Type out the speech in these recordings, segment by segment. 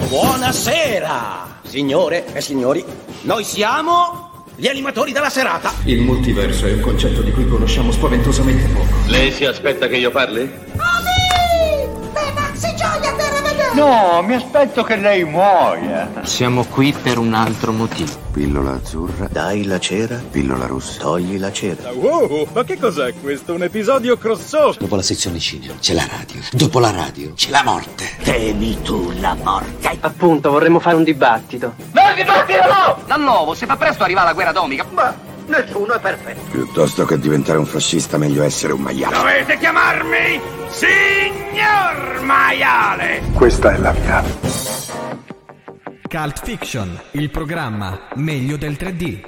Buonasera, signore e signori. Noi siamo gli animatori della serata. Il multiverso è un concetto di cui conosciamo spaventosamente poco. Lei si aspetta che io parli? No, mi aspetto che lei muoia. Siamo qui per un altro motivo. Pillola azzurra, Dai la cera, pillola rossa. togli la cera. Wow, ma che cos'è questo? Un episodio crossover? Dopo la sezione cinema c'è la radio. Dopo la radio c'è la morte. Temi tu la morte. Appunto, vorremmo fare un dibattito. L'anno nuovo, se fa presto arriva la guerra atomica. Nessuno è perfetto. Piuttosto che diventare un fascista, meglio essere un maiale. Dovete chiamarmi Signor Maiale! Questa è la mia. Cult Fiction, il programma meglio del 3D.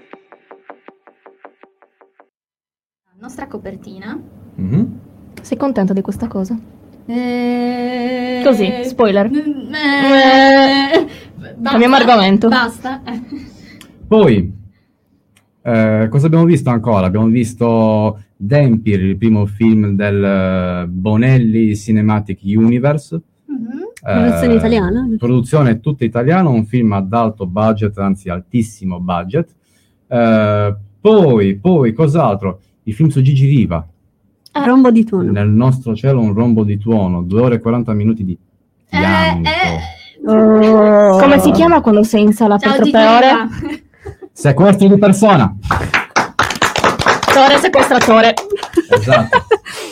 Nostra copertina. Sei contenta di questa cosa? Così, spoiler. Cambiamo argomento. Basta. Poi, cosa abbiamo visto ancora? Abbiamo visto Dampir, il primo film del Bonelli Cinematic Universe. Produzione italiana. Produzione tutta italiana, un film ad alto budget, anzi altissimo budget. Poi, cos'altro? Il film su Gigi Riva. Rombo di tuono. Nel nostro cielo un rombo di tuono, 2 ore e 40 minuti di pianto. Come si chiama quando sei in sala per 3 ore? Sequestro di persona. Sequestratore. Esatto.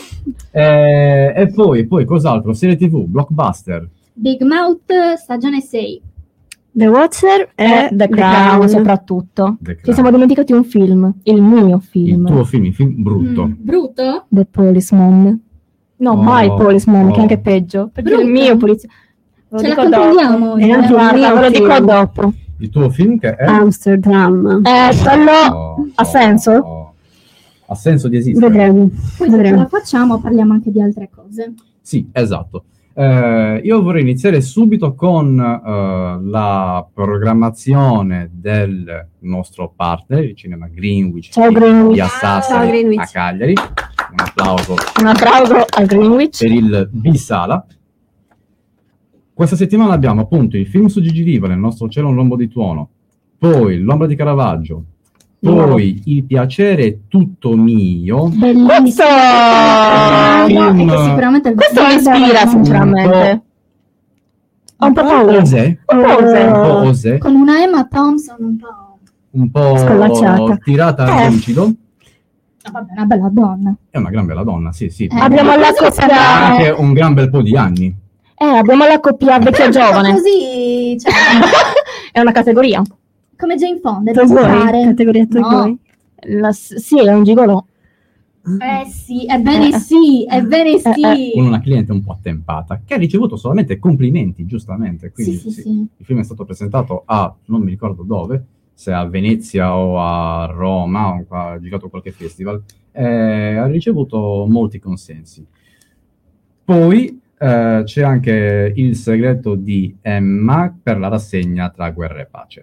E poi cos'altro? Serie TV, blockbuster. Big Mouth, stagione 6. The Watcher e The Crown soprattutto. Ci siamo dimenticati un film, il mio film. Il tuo film, il film brutto. Brutto? The Policeman. No, My Policeman, che è anche peggio. Perché Brutto? il mio poliziotto. Ce la confondiamo. Ve lo dico dopo. Il tuo film che è? Amsterdam. Quello ha senso? Ha senso di esistere? Vedremo. Poi se ce la facciamo parliamo anche di altre cose. Sì, esatto. Io vorrei iniziare subito con la programmazione del nostro partner, il cinema Greenwich. Ciao Greenwich. Di Sassari a Cagliari. Un applauso a Greenwich per il B-Sala. Questa settimana abbiamo appunto il film su Gigi Riva, Nel nostro cielo un rombo di tuono, poi L'ombra di Caravaggio, poi Il piacere è tutto mio. Bellissimo. Sicuramente Questo mi ispira sinceramente. Ho un po' paura. Osè. Con una Emma Thompson un po' scollacciata, tirata a lucido. Vabbè, una bella donna. È una gran bella donna, sì. Abbiamo la coppia. Anche un gran bel po' di anni. Abbiamo la coppia vecchia giovane. Così, cioè, È una categoria. come Jane Fonda, Categoria no. Sì, è un gigolò. Sì, ebbene sì. Con una cliente un po' attempata, che ha ricevuto solamente complimenti, giustamente. Quindi Sì. il film è stato presentato a, non mi ricordo dove, se a Venezia o a Roma, o ha girato qualche festival, ha ricevuto molti consensi. Poi c'è anche Il segreto di Emma per la rassegna Tra guerra e pace.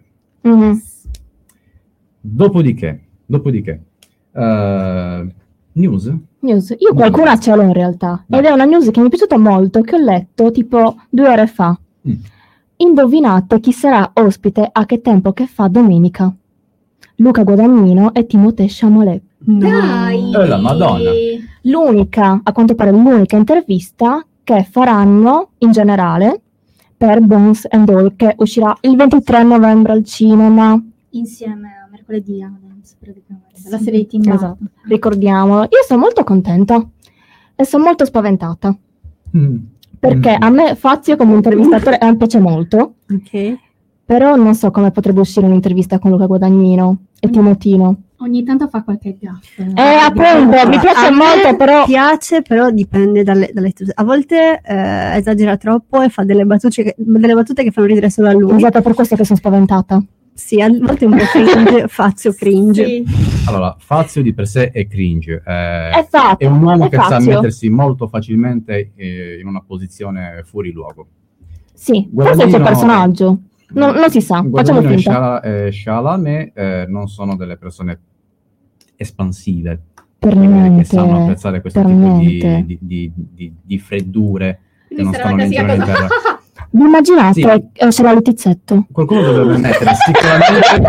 Dopodiché news? Io qualcuna ce l'ho in realtà. Ed è una news che mi è piaciuta molto, che ho letto tipo 2 ore fa. Indovinate chi sarà ospite a Che tempo che fa domenica? Luca Guadagnino e Timothée Chalamet. Dai! La Madonna! L'unica, a quanto pare l'unica intervista che faranno in generale per Bones and All, che uscirà il 23 novembre al cinema. Insieme a Mercoledì Addams, praticamente. La serie di Tim Burton. Esatto, ricordiamolo. Io sono molto contenta e sono molto spaventata. Perché a me Fazio come intervistatore mi piace molto. Però non so come potrebbe uscire un'intervista con Luca Guadagnino e Timotino. Ogni tanto fa qualche gaffe. Appunto, mi piace molto, però piace, però dipende dalle a volte esagera troppo e fa delle battute che fanno ridere solo a lui. Esatto, per questo che sono spaventata. Sì, a volte un po' cringe, Fazio cringe. Sì. Allora, Fazio di per sé è cringe. È un uomo che Fazio. sa mettersi molto facilmente in una posizione fuori luogo. Sì, questo è il suo personaggio. Non si sa, facciamo Guadagnino finta. e Chalamet non sono delle persone espansive. Per che niente. sanno apprezzare questo per tipo niente. di freddure che non Quindi sarà stanno la né in classica cielo né in cosa. terra. Vi immaginate Sì. c'era Letizzetto? Qualcuno dovrebbe mettere sicuramente...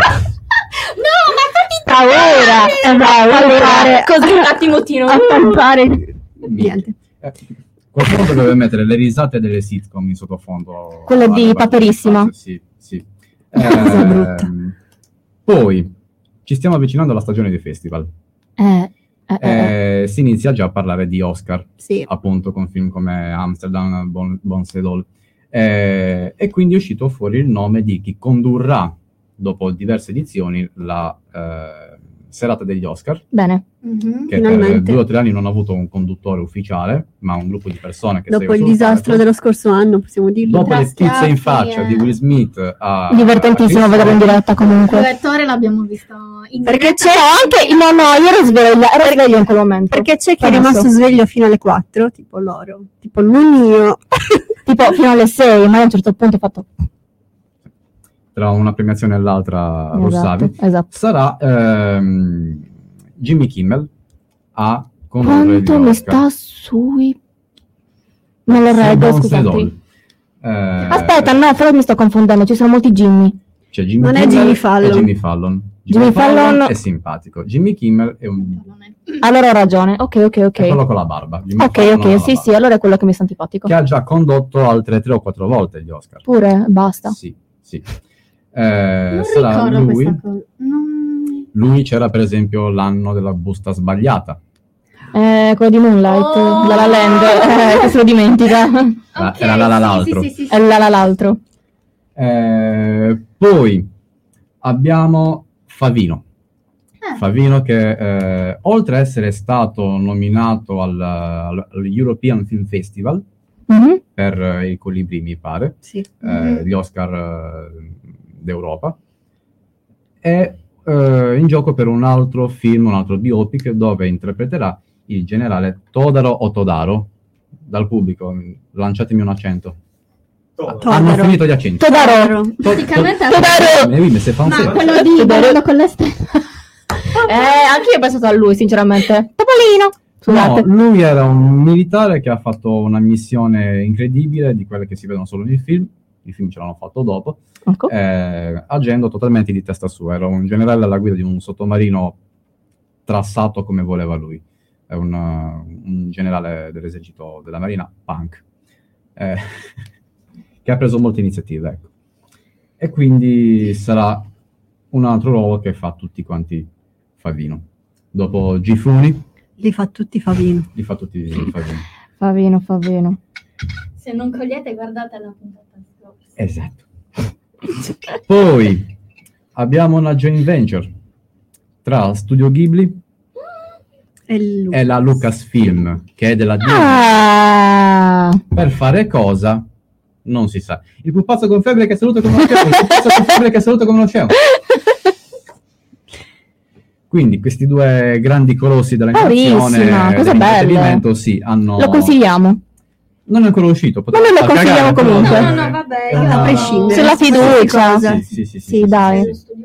Paura! Così un attimotino. A palpare. Niente. Qualcuno dovrebbe mettere le risate delle sitcom in sottofondo. Quelle di Paperissima. Sì. Cosa brutta. Poi ci stiamo avvicinando alla stagione dei festival. Si inizia già a parlare di Oscar, Sì. appunto con film come Amsterdam, Bones and All. E quindi è uscito fuori il nome di chi condurrà, dopo diverse edizioni, la serata degli Oscar. Bene. Che Finalmente. per 2 o 3 anni non ha avuto un conduttore ufficiale, ma un gruppo di persone che Dopo segue il sul disastro palco. dello scorso anno, possiamo dirlo. Dopo le pizze in faccia di Will Smith a... Divertentissimo a Chris vederlo in Rock, diretta comunque. L'attore l'abbiamo visto in Perché c'è anche... No, io ero sveglia in quel momento. Perché c'è chi è Adesso. rimasto sveglio fino alle 4, tipo loro, tipo non io. Tipo fino alle 6, ma a un certo punto ho fatto... tra una premiazione e l'altra rossavi, Esatto. sarà Jimmy Kimmel a condurre gli Quanto mi Oscar. sta sui... Non lo reggo, Bones and scusate. All. Aspetta, no, però mi sto confondendo, ci sono molti Jimmy. C'è Jimmy Non è Kimmel Jimmy Fallon. e Jimmy Fallon. Jimmy Fallon è simpatico. Jimmy Kimmel è un... Allora ho ragione, ok. è quello con la barba. Jimmy Ok, Fallon non ha la sì, barba. allora è quello che mi sta antipatico. Che ha già condotto altre 3 o 4 volte gli Oscar. Pure, basta. Sì. Non Sarà ricordo lui. questa cosa. Lui c'era per esempio l'anno della busta sbagliata. Quello di Moonlight, La La Land, che se lo dimentica. Era l'altro. È l'altro. Poi abbiamo Favino. Favino che oltre a essere stato nominato al European Film Festival per il Colibri, mi pare, Sì. gli Oscar d'Europa, è in gioco per un altro film, un altro biopic, dove interpreterà il generale Todaro o Todaro. Dal pubblico, lanciatemi un accento. Hanno finito gli accenti. Todaro. Praticamente Mais c'est français. ma quello di Bello con le stelle. Anche io ho pensato a lui, sinceramente. Topolino. No, Scusate. lui era un militare che ha fatto una missione incredibile, di quelle che si vedono solo nei film. I film ce l'hanno fatto dopo, Ecco. agendo totalmente di testa sua. Era un generale alla guida di un sottomarino trassato come voleva lui. È un generale dell'esercito della marina, punk, che ha preso molte iniziative, ecco. E quindi sarà un altro ruolo che fa tutti quanti Favino. Dopo Gifuni, Li fa tutti Favino. li fa tutti Favino. Favino. Se non cogliete guardate la puntata scorsa. Esatto. Poi abbiamo una joint venture tra Studio Ghibli e la Lucasfilm, che è della Disney. Per fare cosa? Non si sa. Il pupazzo con febbre che saluta come uno scemo. Il pupazzo con febbre che saluta come uno scemo. Quindi questi due grandi colossi dell'animazione Bravissima, cosa dell'intrattenimento, sì, hanno... Lo consigliamo. Non è ancora uscito. Ma noi lo consigliamo comunque. No, vabbè, io A prescindere. Sulla fiducia. Sì, dai.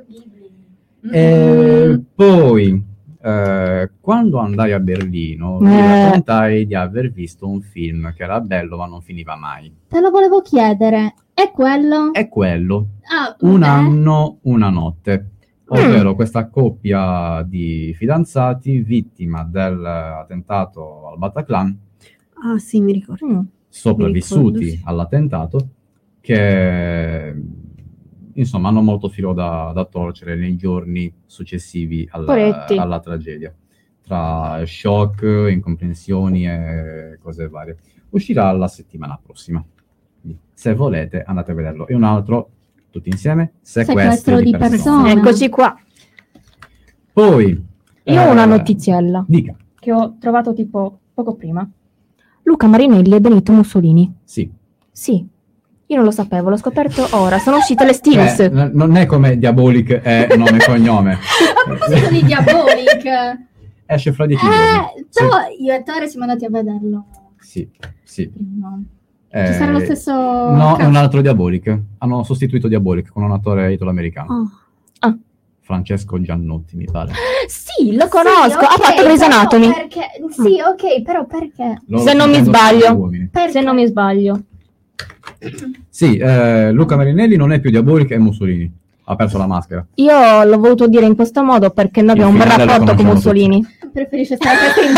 E poi, quando andai a Berlino, mi raccontai di aver visto un film che era bello ma non finiva mai. Te lo volevo chiedere. È quello? È quello, Ah, Un vabbè. anno, una notte, ovvero questa coppia di fidanzati vittima dell'attentato al Bataclan, Ah sì, mi ricordo. sopravvissuti Mi ricordo, sì. all'attentato, che insomma hanno molto filo da torcere nei giorni successivi Poretti. alla tragedia, tra shock, incomprensioni e cose varie. Uscirà la settimana prossima, quindi, se volete andate a vederlo. E un altro, tutti insieme, Sequestro di persone. Eccoci qua. Poi Io ho una notiziella dica. che ho trovato tipo poco prima. Luca Marinelli e Benito Mussolini. Sì. Sì. Io non lo sapevo, l'ho scoperto ora. Sono uscite le Steels. Non è come Diabolic è nome e cognome. A proposito di Diabolic, Esce fra 10 giorni. però io e Tore siamo andati a vederlo. Sì. No. Ci sarà lo stesso No, è cast? un altro Diabolic. Hanno sostituito Diabolic con un attore italo-americano. Oh. Francesco Giannotti, mi pare. Sì, lo conosco. Sì, ok, ha fatto Grey's però Anatomy. Sì, ok, però perché? Loro Se non mi sono sbaglio. uomini. Se non mi sbaglio. Sì, Luca Marinelli non è più Diabolic, è Mussolini. Ha perso la maschera. Io l'ho voluto dire in questo modo perché noi abbiamo un bel rapporto con Mussolini. Preferisce stare in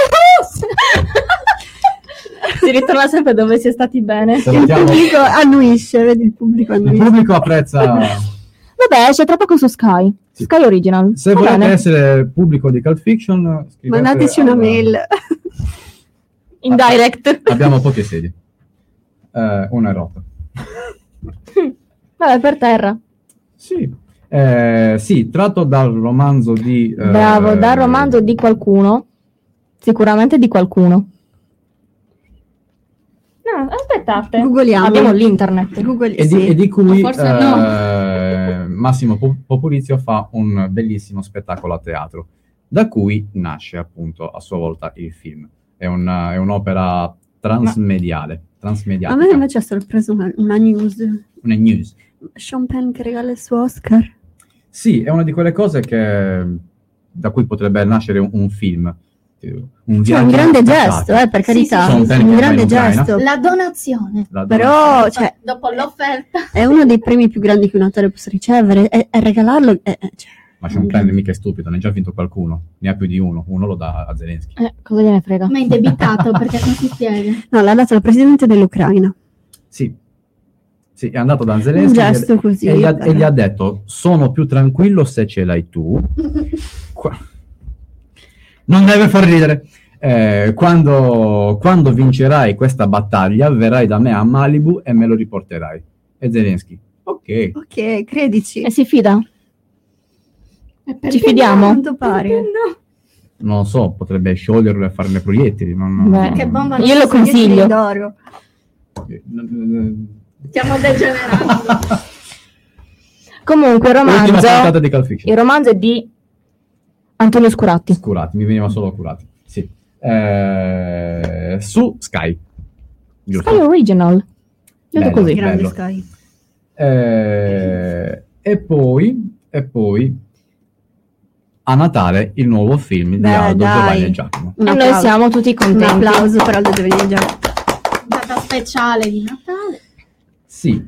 Si ritorna sempre dove si è stati bene. Il pubblico annuisce, vedi, il pubblico annuisce. Il pubblico apprezza. Vabbè, c'è tra poco su Sky. Sì. Sky Original. Se Va volete bene. essere pubblico di Cult Fiction, scrivete Mandateci una mail. In direct. Abbiamo poche sedie. Una è rotta. Vabbè, per terra. Sì. Sì, tratto dal romanzo di... Bravo, dal romanzo di qualcuno. Sicuramente di qualcuno. No, aspettate. Googoliamo. Abbiamo l'internet. E di cui forse no. Massimo Populizio fa un bellissimo spettacolo a teatro, da cui nasce appunto a sua volta il film. È un'opera transmediale. A me invece ha sorpreso una news. Una news. Sean Penn che regala il suo Oscar. Sì, è una di quelle cose da cui potrebbe nascere un film. Un grande gesto, per carità. Sì, un grande gesto. La donazione. Però, cioè, dopo l'offerta. È uno dei premi più grandi che un attore possa ricevere e regalarlo. Ma Sean Penn mica è stupido, ne ha già vinto qualcuno. Ne ha più di uno lo dà a Zelensky. Cosa gliene frega? Ma è indebitato perché non si spiega. No, l'ha dato al presidente dell'Ucraina. Sì, è andato da Zelensky Un gesto così, e gli ha detto: sono più tranquillo se ce l'hai tu. Non deve far ridere. Quando vincerai questa battaglia, verrai da me a Malibu e me lo riporterai. E Zelensky: ok, credici. E si fida? Ci fidiamo? Quanto pare. Non so, potrebbe scioglierlo e farne proiettili. Che bomba. Io lo consiglio. Stiamo degenerando. Comunque Ultima puntata di Cult Fiction. il romanzo è di Antonio Scurati. Mi veniva solo Curati. Sì. Su Sky. Giusto? Sky Original. Bello, così. Grande bello. Sky. E poi a Natale il nuovo film di Aldo, Giovanni e Giacomo. E noi siamo tutti contenti. Un applauso per Aldo Giovanni e Giacomo. Data speciale di Natale. Sì,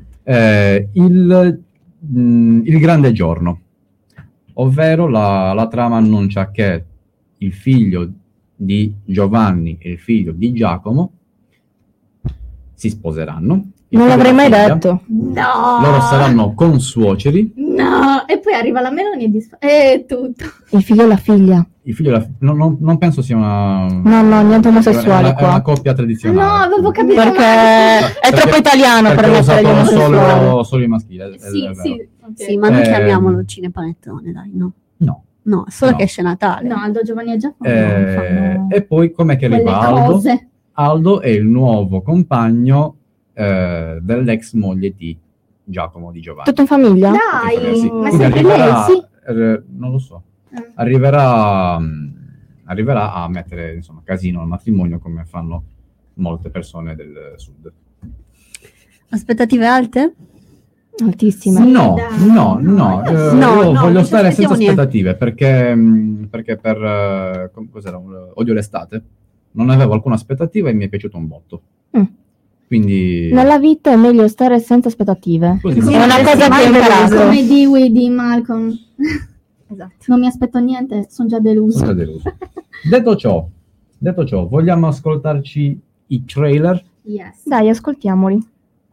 il grande giorno, ovvero la trama annuncia che il figlio di Giovanni e il figlio di Giacomo si sposeranno. Non l'avrei mai detto. No. Loro saranno consuoceri. No. E poi arriva la Meloni e disfa. E tutto. Il figlio e la figlia. Il figlio e la non penso sia una... No, niente omosessuali è qua. una coppia tradizionale. No, avevo capito. Perché è troppo italiano per mettere gli omosessuali. Solo i maschili. Sì. Okay. Sì, ma non chiamiamolo cinepanettone, dai, no. No, solo che esce Natale. No, Aldo Giovanni e Giacomo non fanno e poi com'è che arriva quelle Aldo? cose. Aldo è il nuovo compagno dell'ex moglie di Giacomo di Giovanni. Tutto in famiglia? Dai, Sì. ma Quindi sempre lei, sì. Non lo so. Arriverà a mettere insomma casino al matrimonio come fanno molte persone del sud. Aspettative alte? Altissime. No, io voglio stare senza aspettative perché per cos'era? Odio l'estate. Non avevo alcuna aspettativa e mi è piaciuto un botto. Quindi nella vita è meglio stare senza aspettative. Così, è una cosa che ho imparato. Come Dewey di Malcolm. Esatto. Non mi aspetto niente, sono già deluso. Detto ciò, vogliamo ascoltarci i trailer? Yes. Dai, ascoltiamoli.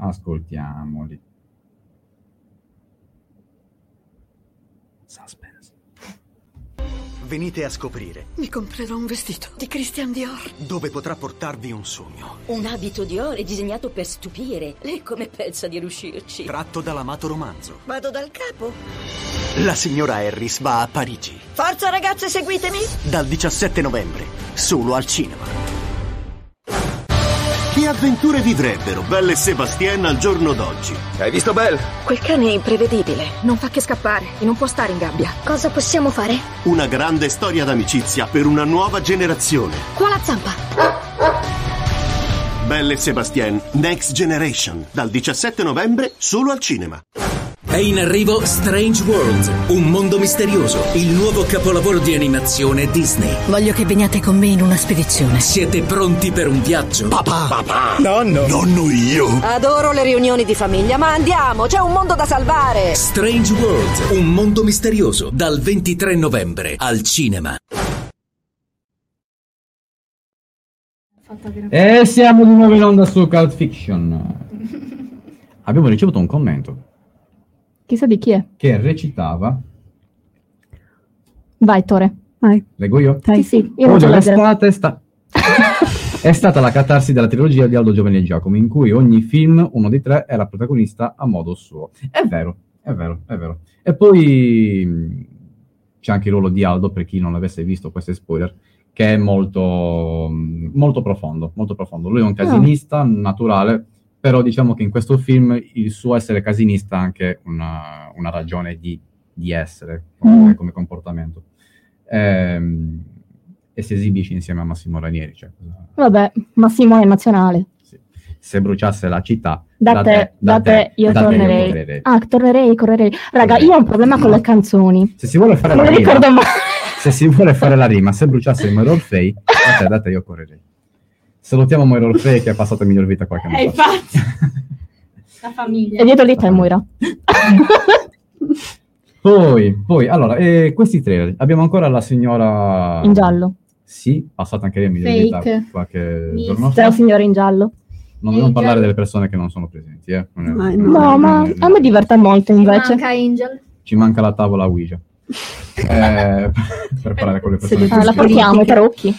Suspense. Venite a scoprire Mi comprerò un vestito di Christian Dior. dove potrà portarvi un sogno, Un abito Dior è disegnato per stupire. Lei come pensa di riuscirci? tratto dall'amato romanzo. Vado dal capo. La signora Harris va a Parigi, Forza ragazze, seguitemi. dal 17 novembre, solo al cinema. Che avventure vivrebbero Belle e Sébastien al giorno d'oggi? Hai visto Belle? Quel cane è imprevedibile. Non fa che scappare e non può stare in gabbia. Cosa possiamo fare? Una grande storia d'amicizia per una nuova generazione. Qua la zampa. Belle e Sébastien Next Generation, dal 17 novembre, solo al cinema. È in arrivo Strange World, un mondo misterioso, il nuovo capolavoro di animazione Disney. Voglio che veniate con me in una spedizione. Siete pronti per un viaggio? Papà! Nonno io! Adoro le riunioni di famiglia, ma andiamo, c'è un mondo da salvare! Strange World, un mondo misterioso, dal 23 novembre al cinema. E siamo di nuovo in onda su Cult Fiction. Abbiamo ricevuto un commento. Chissà di chi è. Che recitava... Vai, Tore. Vai. Leggo io? Sì, io non so leggere. L'estate è stata la catarsi della trilogia di Aldo Giovanni e Giacomo, in cui ogni film, uno dei tre, era protagonista a modo suo. È vero. E poi c'è anche il ruolo di Aldo, per chi non avesse visto questi spoiler, che è molto profondo. Lui è un casinista naturale, però diciamo che in questo film il suo essere casinista ha anche una ragione di essere come comportamento. E si esibisce insieme a Massimo Ranieri. Cioè, vabbè, Massimo è nazionale. Sì. Se bruciasse la città, da te io tornerei. Correrei. Raga, io ho un problema con le canzoni. Se si vuole fare non la rima, ricordo mai. Se si vuole fare la rima, se bruciasse Moira Orfei, da te io correrei. Salutiamo Moira Orfei che ha passato la miglior vita qualche anno fa. Infatti. La famiglia. E dietro lì c'è Moira. Poi, allora, questi trailer. Abbiamo ancora la signora... In giallo. Sì, passata anche lei a miglior vita qualche giorno fa. C'è un signore in giallo. Non dobbiamo parlare delle persone che non sono presenti, eh. No, ma a me diverte molto invece. Manca Angel. Ci manca la tavola Ouija. Per parlare con le persone. La portiamo, i tarocchi.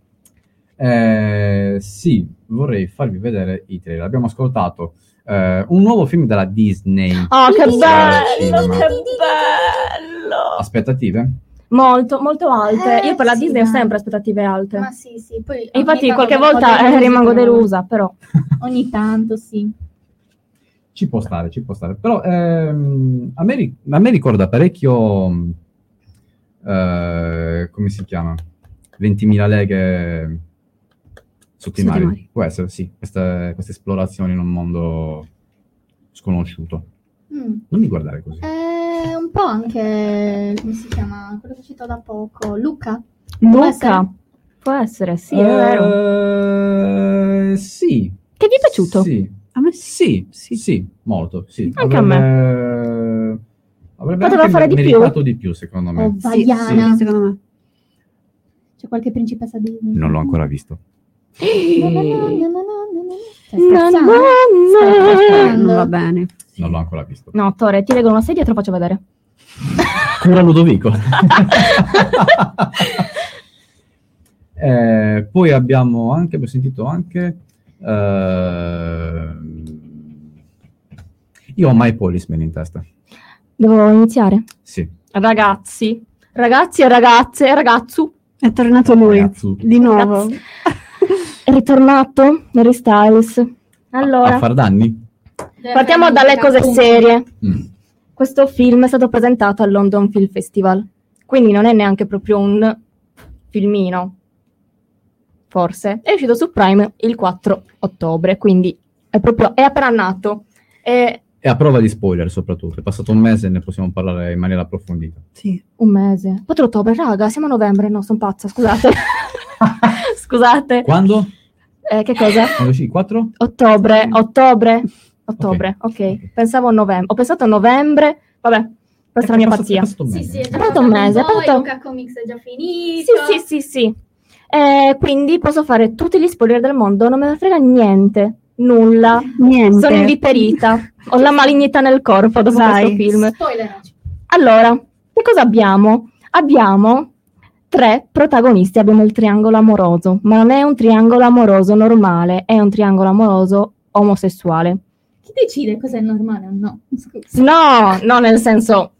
Sì, vorrei farvi vedere i trailer. Abbiamo ascoltato un nuovo film della Disney. Oh, che bello, che bello! Aspettative? Molto, molto alte. Io per la Disney ho sempre aspettative alte. Ma sì, poi e infatti qualche volta rimango delusa, però. Ogni tanto, sì. Ci può stare. Però a me ricorda parecchio... come si chiama? 20.000 leghe sotto i mari. Può essere, sì. Queste esplorazioni in un mondo sconosciuto. Non mi guardare così. Un po' anche, come si chiama? Quello che ho citato da poco. Luca? Può essere, sì, è vero. Sì. Che vi è piaciuto? Sì. A me sì, molto. Sì. Anche a me. Avrebbe poteva anche fare meritato di più, secondo me. Vaiana. Sì, secondo me. C'è qualche principessa Disney? Non l'ho ancora visto. Non va bene. Non l'ho ancora visto. No, Tore, ti leggo una sedia e te lo faccio vedere. Cura Ludovico. Poi abbiamo sentito anche io ho My Policeman in testa. Devo iniziare? Sì. Ragazzi e ragazze, ragazzu. È tornato lui, di nuovo. È ritornato Harry Styles. Allora, a far danni? Partiamo dalle cose serie. Questo film è stato presentato al London Film Festival, quindi non è neanche proprio un filmino. Forse. È uscito su Prime il 4 ottobre, quindi è appena nato. E a prova di spoiler soprattutto. È passato un mese e ne possiamo parlare in maniera approfondita. Sì, un mese. 4 ottobre, raga, siamo a novembre. No, sono pazza, scusate. Scusate. Quando? Che cosa? Quando sì, 4? Ottobre. Ok. Pensavo a novembre. Ho pensato a novembre. Vabbè, questa è la mia pazzia. Sì, è passato un mese. Luca Comics è già finito. Sì. Quindi posso fare tutti gli spoiler del mondo, non me ne frega niente. Nulla. Niente. Sono inviperita. Ho la malignità nel corpo dopo questo film. Spoiler. Allora, che cosa abbiamo? Abbiamo 3 protagonisti, abbiamo il triangolo amoroso, ma non è un triangolo amoroso normale, è un triangolo amoroso omosessuale. Chi decide cos'è normale o no? No, nel senso...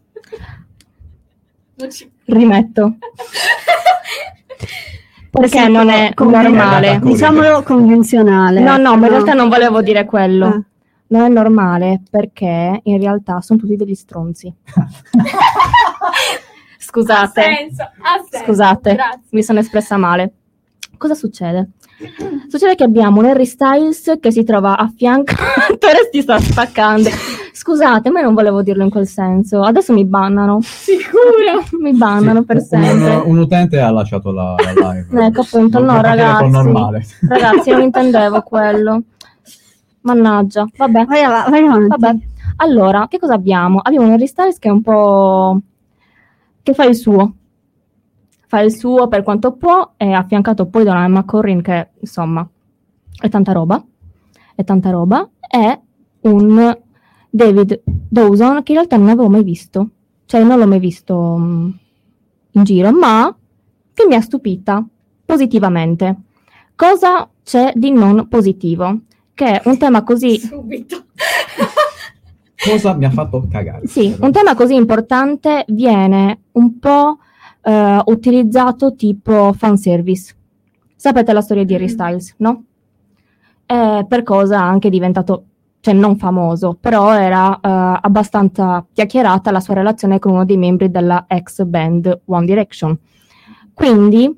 Rimetto. Perché non è normale. Diciamolo convenzionale. No, ma in realtà non volevo dire quello. Non è normale perché in realtà sono tutti degli stronzi. Scusate. Ha senso. Scusate, Grazie. mi sono espressa male. Cosa succede? Succede che abbiamo un Harry Styles che si trova a fianco... Torres ti sta staccando. scusate, ma io non volevo dirlo in quel senso. Adesso mi bannano. Sicura? Mi bannano per sempre. Un utente ha lasciato la live. Ecco appunto, no ragazzi. Ragazzi, non intendevo quello. Mannaggia. Vabbè. Vai avanti. Vabbè. Allora, che cosa abbiamo? Abbiamo un Harry Styles che è un po'... che fa il suo. Fa il suo per quanto può, e affiancato poi da una Emma Corrin che, insomma, è tanta roba. È tanta roba. E un David Dawson che in realtà non avevo mai visto. Cioè, non l'ho mai visto in giro, ma che mi ha stupita positivamente. Cosa c'è di non positivo? Che un tema così... Subito. Cosa mi ha fatto cagare? Sì, un tema così importante viene un po' utilizzato tipo fanservice. Sapete la storia di Harry Styles, no? Per cosa anche diventato, cioè non famoso, però era abbastanza chiacchierata la sua relazione con uno dei membri della ex band One Direction. Quindi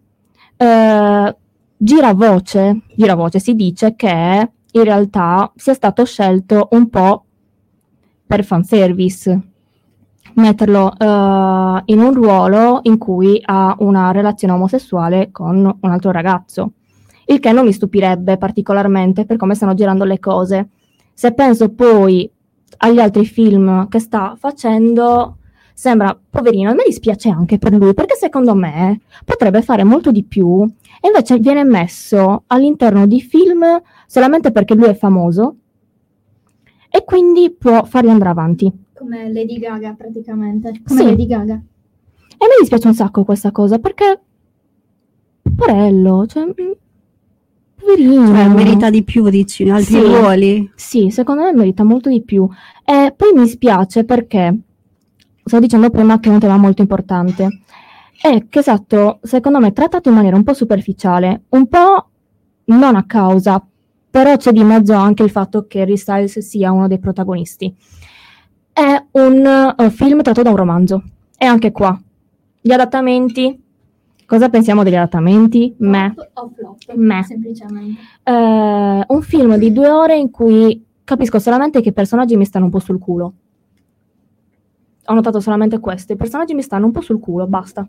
gira voce, si dice che in realtà sia stato scelto un po' per fanservice, metterlo in un ruolo in cui ha una relazione omosessuale con un altro ragazzo, il che non mi stupirebbe particolarmente per come stanno girando le cose. Se penso poi agli altri film che sta facendo, sembra poverino, e mi dispiace anche per lui, perché secondo me potrebbe fare molto di più, e invece viene messo all'interno di film solamente perché lui è famoso, e quindi può farli andare avanti. Come Lady Gaga, praticamente. Come Sì. Lady Gaga. E mi dispiace un sacco questa cosa, perché porello, cioè, poverino. Cioè, merita di più, dici, in altri ruoli? Sì, secondo me merita molto di più. E poi mi spiace perché, stavo dicendo prima che è un tema molto importante, è che è stato, secondo me, trattato in maniera un po' superficiale, un po' non a causa, però c'è di mezzo anche il fatto che Harry Styles sia uno dei protagonisti. È un film tratto da un romanzo. E anche qua, gli adattamenti, cosa pensiamo degli adattamenti? Me. Semplicemente. Un film di 2 ore in cui capisco solamente che i personaggi mi stanno un po' sul culo. Ho notato solamente questo, i personaggi mi stanno un po' sul culo, basta.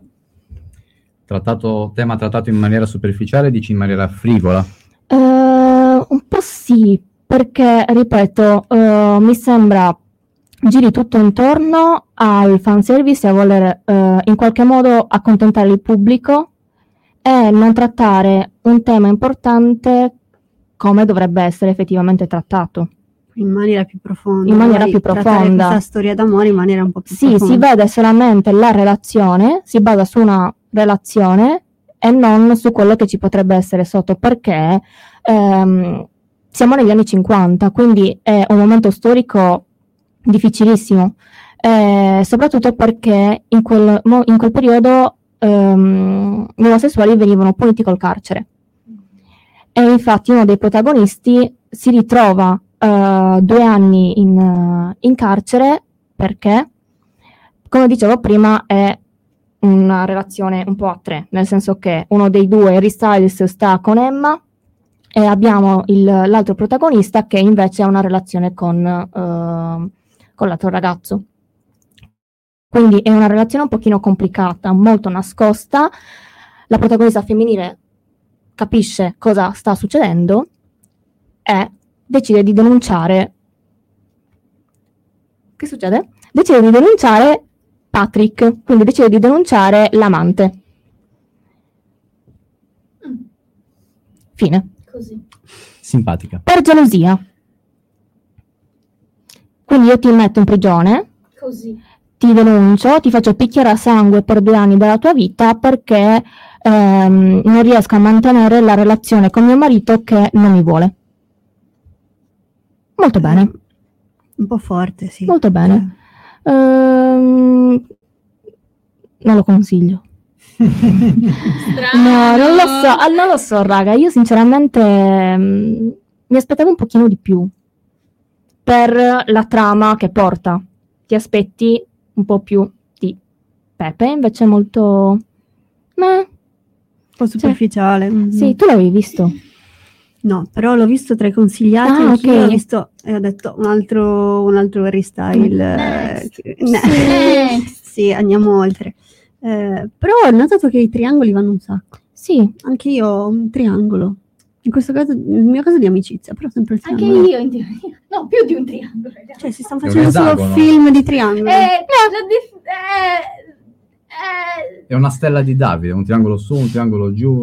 Tema trattato in maniera superficiale, dici in maniera frivola? Un po' sì, perché, ripeto, mi sembra giri tutto intorno al fanservice e a voler in qualche modo accontentare il pubblico e non trattare un tema importante come dovrebbe essere effettivamente trattato. In maniera più profonda. In maniera più profonda. Questa storia d'amore in maniera un po' più Sì, profonda. si vede solamente la relazione, si basa su una relazione e non su quello che ci potrebbe essere sotto, perché siamo negli anni 50, quindi è un momento storico difficilissimo, soprattutto perché in quel periodo gli omosessuali venivano puniti col carcere. E infatti uno dei protagonisti si ritrova 2 anni in carcere perché, come dicevo prima, è una relazione un po' a 3, nel senso che uno dei 2, Harry Styles, sta con Emma e abbiamo l'altro protagonista che invece ha una relazione con l'altro ragazzo. Quindi è una relazione un pochino complicata, molto nascosta. La protagonista femminile capisce cosa sta succedendo e decide di denunciare. Che succede? Decide di denunciare Patrick, quindi decide di denunciare l'amante. Fine. Così. Simpatica. Per gelosia. Quindi io ti metto in prigione, Così. ti denuncio, ti faccio picchiare a sangue per 2 anni della tua vita perché non riesco a mantenere la relazione con mio marito che non mi vuole. Molto bene. Un po' forte, sì. Molto bene. Non lo consiglio. No, non lo so, raga. Io sinceramente mi aspettavo un pochino di più per la trama che porta. Ti aspetti un po' più di Pepe, invece è molto... Un po' superficiale. Sì, tu l'avevi visto? No, però l'ho visto tra i consigliati, anch'io l'ho visto e ho detto un altro Harry Style. Sì, andiamo oltre. Però ho notato che i triangoli vanno un sacco. Sì. Anche io ho un triangolo. In questo caso, nel mio caso di amicizia, però sempre il triangolo. Anche io in teoria. No, più di un triangolo. Cioè, si stanno facendo solo film di triangoli. È una stella di Davide, un triangolo su, un triangolo giù.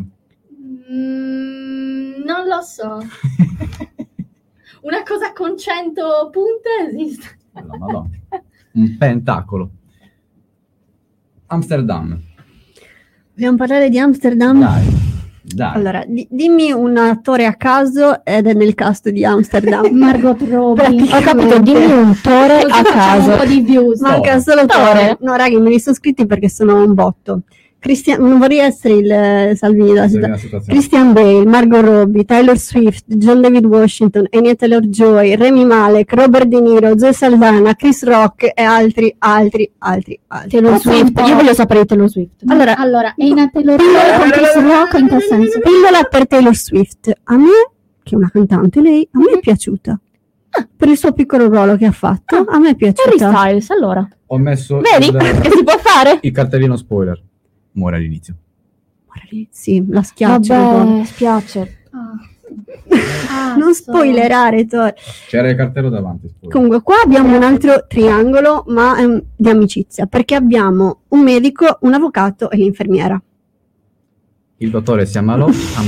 Non lo so. Una cosa con 100 punte esiste. La Madonna. Un pentacolo. Amsterdam. Vogliamo parlare di Amsterdam? Dai. Allora, dimmi un attore a caso ed è nel cast di Amsterdam. Margot Robbie. Ho capito, dimmi un attore a caso. Un po' di views. Manca solo Tore. No, ragazzi, me li sono scritti perché sono un botto. Non vorrei essere il Salvini della situazione. Christian Bale, Margot Robbie, Taylor Swift, John David Washington, Anya Taylor-Joy, Rami Malek, Robert De Niro, Zoe Saldana, Chris Rock e altri. Taylor Swift, io voglio sapere di Taylor Swift. Allora, Anya Taylor-Joy con Chris Rock in che senso? Pillola per Taylor Swift. A me, che è una cantante, lei, a me è piaciuta. Per il suo piccolo ruolo che ha fatto, a me è piaciuta. Harry Styles, allora. Ho messo Vedi che si può fare? il cartellino spoiler. Muore all'inizio. Sì, la schiaccia. Vabbè, spiace. Non spoilerare, Tor. C'era il cartello davanti. Spoiler. Comunque, qua abbiamo un altro triangolo, ma di amicizia, perché abbiamo un medico, un avvocato e l'infermiera. Il dottore si ammalò.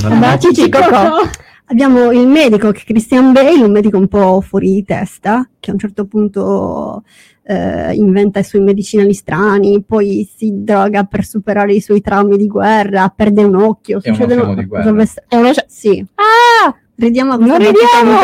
Abbiamo il medico che è Christian Bale, un medico un po' fuori di testa, che a un certo punto inventa i suoi medicinali strani, poi si droga per superare i suoi traumi di guerra, perde un occhio. È uno scemo di guerra. Sì. Ridiamo a non ridiamo!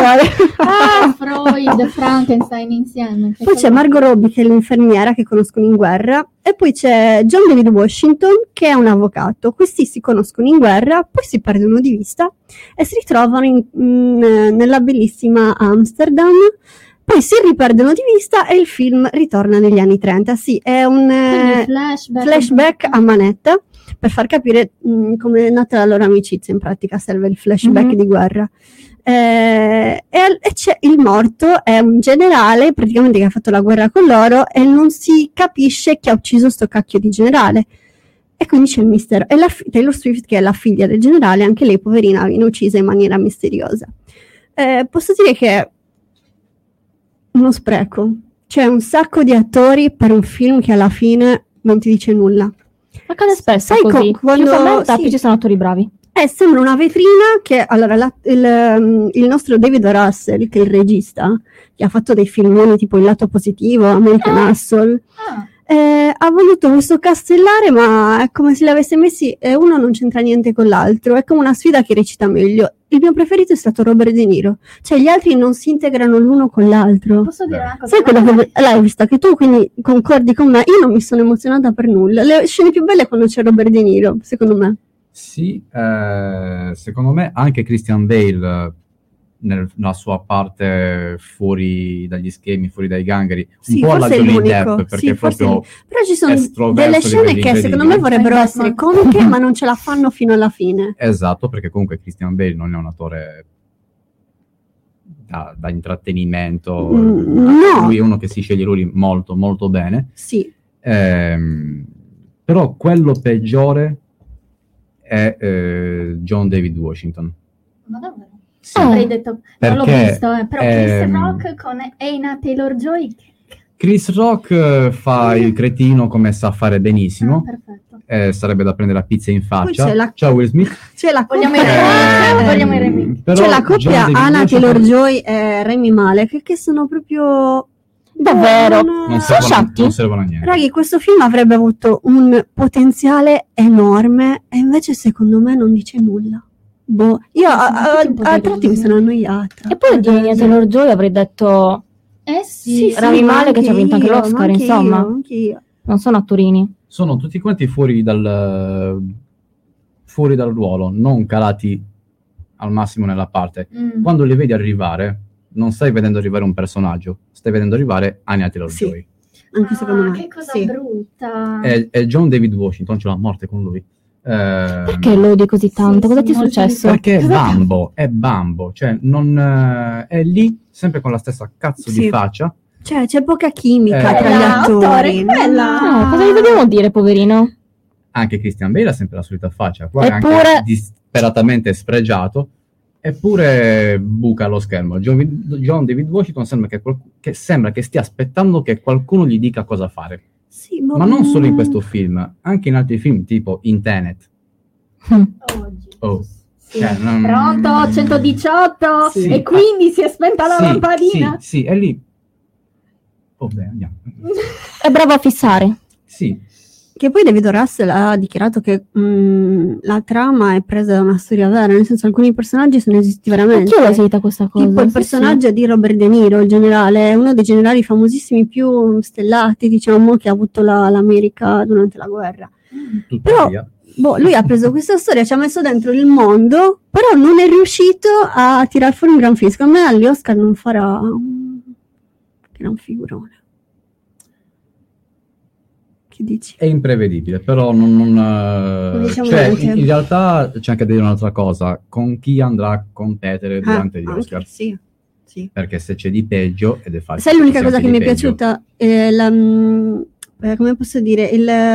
Freud, Frankenstein insieme. Poi c'è Margot Robbie che è l'infermiera che conoscono in guerra e poi c'è John David Washington che è un avvocato. Questi si conoscono in guerra, poi si perdono di vista e si ritrovano nella bellissima Amsterdam, poi si riperdono di vista e il film ritorna negli anni 30. Sì, è un flashback a manetta per far capire come è nata la loro amicizia. In pratica serve il flashback di guerra. E c'è il morto, è un generale praticamente che ha fatto la guerra con loro e non si capisce chi ha ucciso sto cacchio di generale. E quindi c'è il mistero. E Taylor Swift, che è la figlia del generale, anche lei poverina viene uccisa in maniera misteriosa. Posso dire che è uno spreco. C'è un sacco di attori per un film che alla fine non ti dice nulla. Accade spesso così. Quando più ci sono attori bravi. Sembra una vetrina che, allora, il nostro David Russell, che è il regista, che ha fatto dei filmoni tipo Il lato positivo, American Hustle, ha voluto questo castellare, ma è come se li avesse messi e uno non c'entra niente con l'altro, è come una sfida che recita meglio. Il mio preferito è stato Robert De Niro, cioè gli altri non si integrano l'uno con l'altro. Posso dire una cosa? Sai quello che l'hai vista che tu, quindi concordi con me? Io non mi sono emozionata per nulla. Le scene più belle quando c'è Robert De Niro, secondo me. Sì, secondo me anche Christian Bale nella sua parte fuori dagli schemi, fuori dai gangheri, un po' alla Johnny Depp, perché proprio però ci sono delle scene che secondo me vorrebbero essere comiche ma non ce la fanno fino alla fine. Esatto, perché comunque Christian Bale non è un attore da intrattenimento, no. Lui è uno che si sceglie i ruoli molto molto bene. Sì. Però quello peggiore è John David Washington. Ma davvero? Sì. Avrei detto, non l'ho Perché, visto, però Chris Rock con Anya Taylor-Joy. Chris Rock fa il cretino come sa fare benissimo. Perfetto. Sarebbe da prendere la pizza in faccia. Poi c'è Ciao Will Smith. C'è la vogliamo i remake. C'è la coppia Anya Taylor-Joy e Rami Malek che sono proprio davvero non servono a niente. Ragazzi, questo film avrebbe avuto un potenziale enorme e invece secondo me non dice nulla. Io a tratti mi sono annoiata. E poi di Anya Taylor-Joy avrei detto sì, Rami Malek che ci ha vinto anche l'Oscar, insomma. Anch'io. Non sono attorini. Sono tutti quanti fuori dal ruolo, non calati al massimo nella parte. Quando li vedi arrivare, non stai vedendo arrivare un personaggio, stai vedendo arrivare Anya Taylor-Joy. Sì, anche secondo me. Che cosa brutta. E John David Washington c'è la morte con lui. Perché lo odi così tanto? Cosa ti è successo? Perché è bambo, cioè non è lì sempre con la stessa cazzo di faccia. Cioè c'è poca chimica tra gli attori. No, cosa gli dobbiamo dire, poverino? Anche Christian Bale ha sempre la solita faccia, qua Eppure... è anche disperatamente spregiato, eppure buca lo schermo. John David Washington sembra che stia aspettando che qualcuno gli dica cosa fare. Sì, ma non solo in questo film, anche in altri film tipo in Tenet. Cioè, Pronto, 118 Sì. e quindi si è spenta la lampadina. Sì, è lì. Beh, andiamo. È bravo a fissare. Sì. Che poi David O. Russell ha dichiarato che la trama è presa da una storia vera, nel senso alcuni personaggi sono esistiti veramente. Anch'io l'ho sentita questa cosa. Tipo il personaggio di Robert De Niro, il generale, è uno dei generali famosissimi più stellati, diciamo, che ha avuto l'America durante la guerra. Tuttavia. Però lui ha preso questa storia, ci ha messo dentro il mondo, però non è riuscito a tirar fuori un gran film. Secondo me agli Oscar non farà un gran figurone. Che dici? È imprevedibile, però diciamo cioè, niente. in realtà c'è anche da dire un'altra cosa, con chi andrà a competere durante gli Oscar. Sì. Perché se c'è di peggio, ed è facile. Sai, l'unica cosa che mi è piaciuta è come posso dire,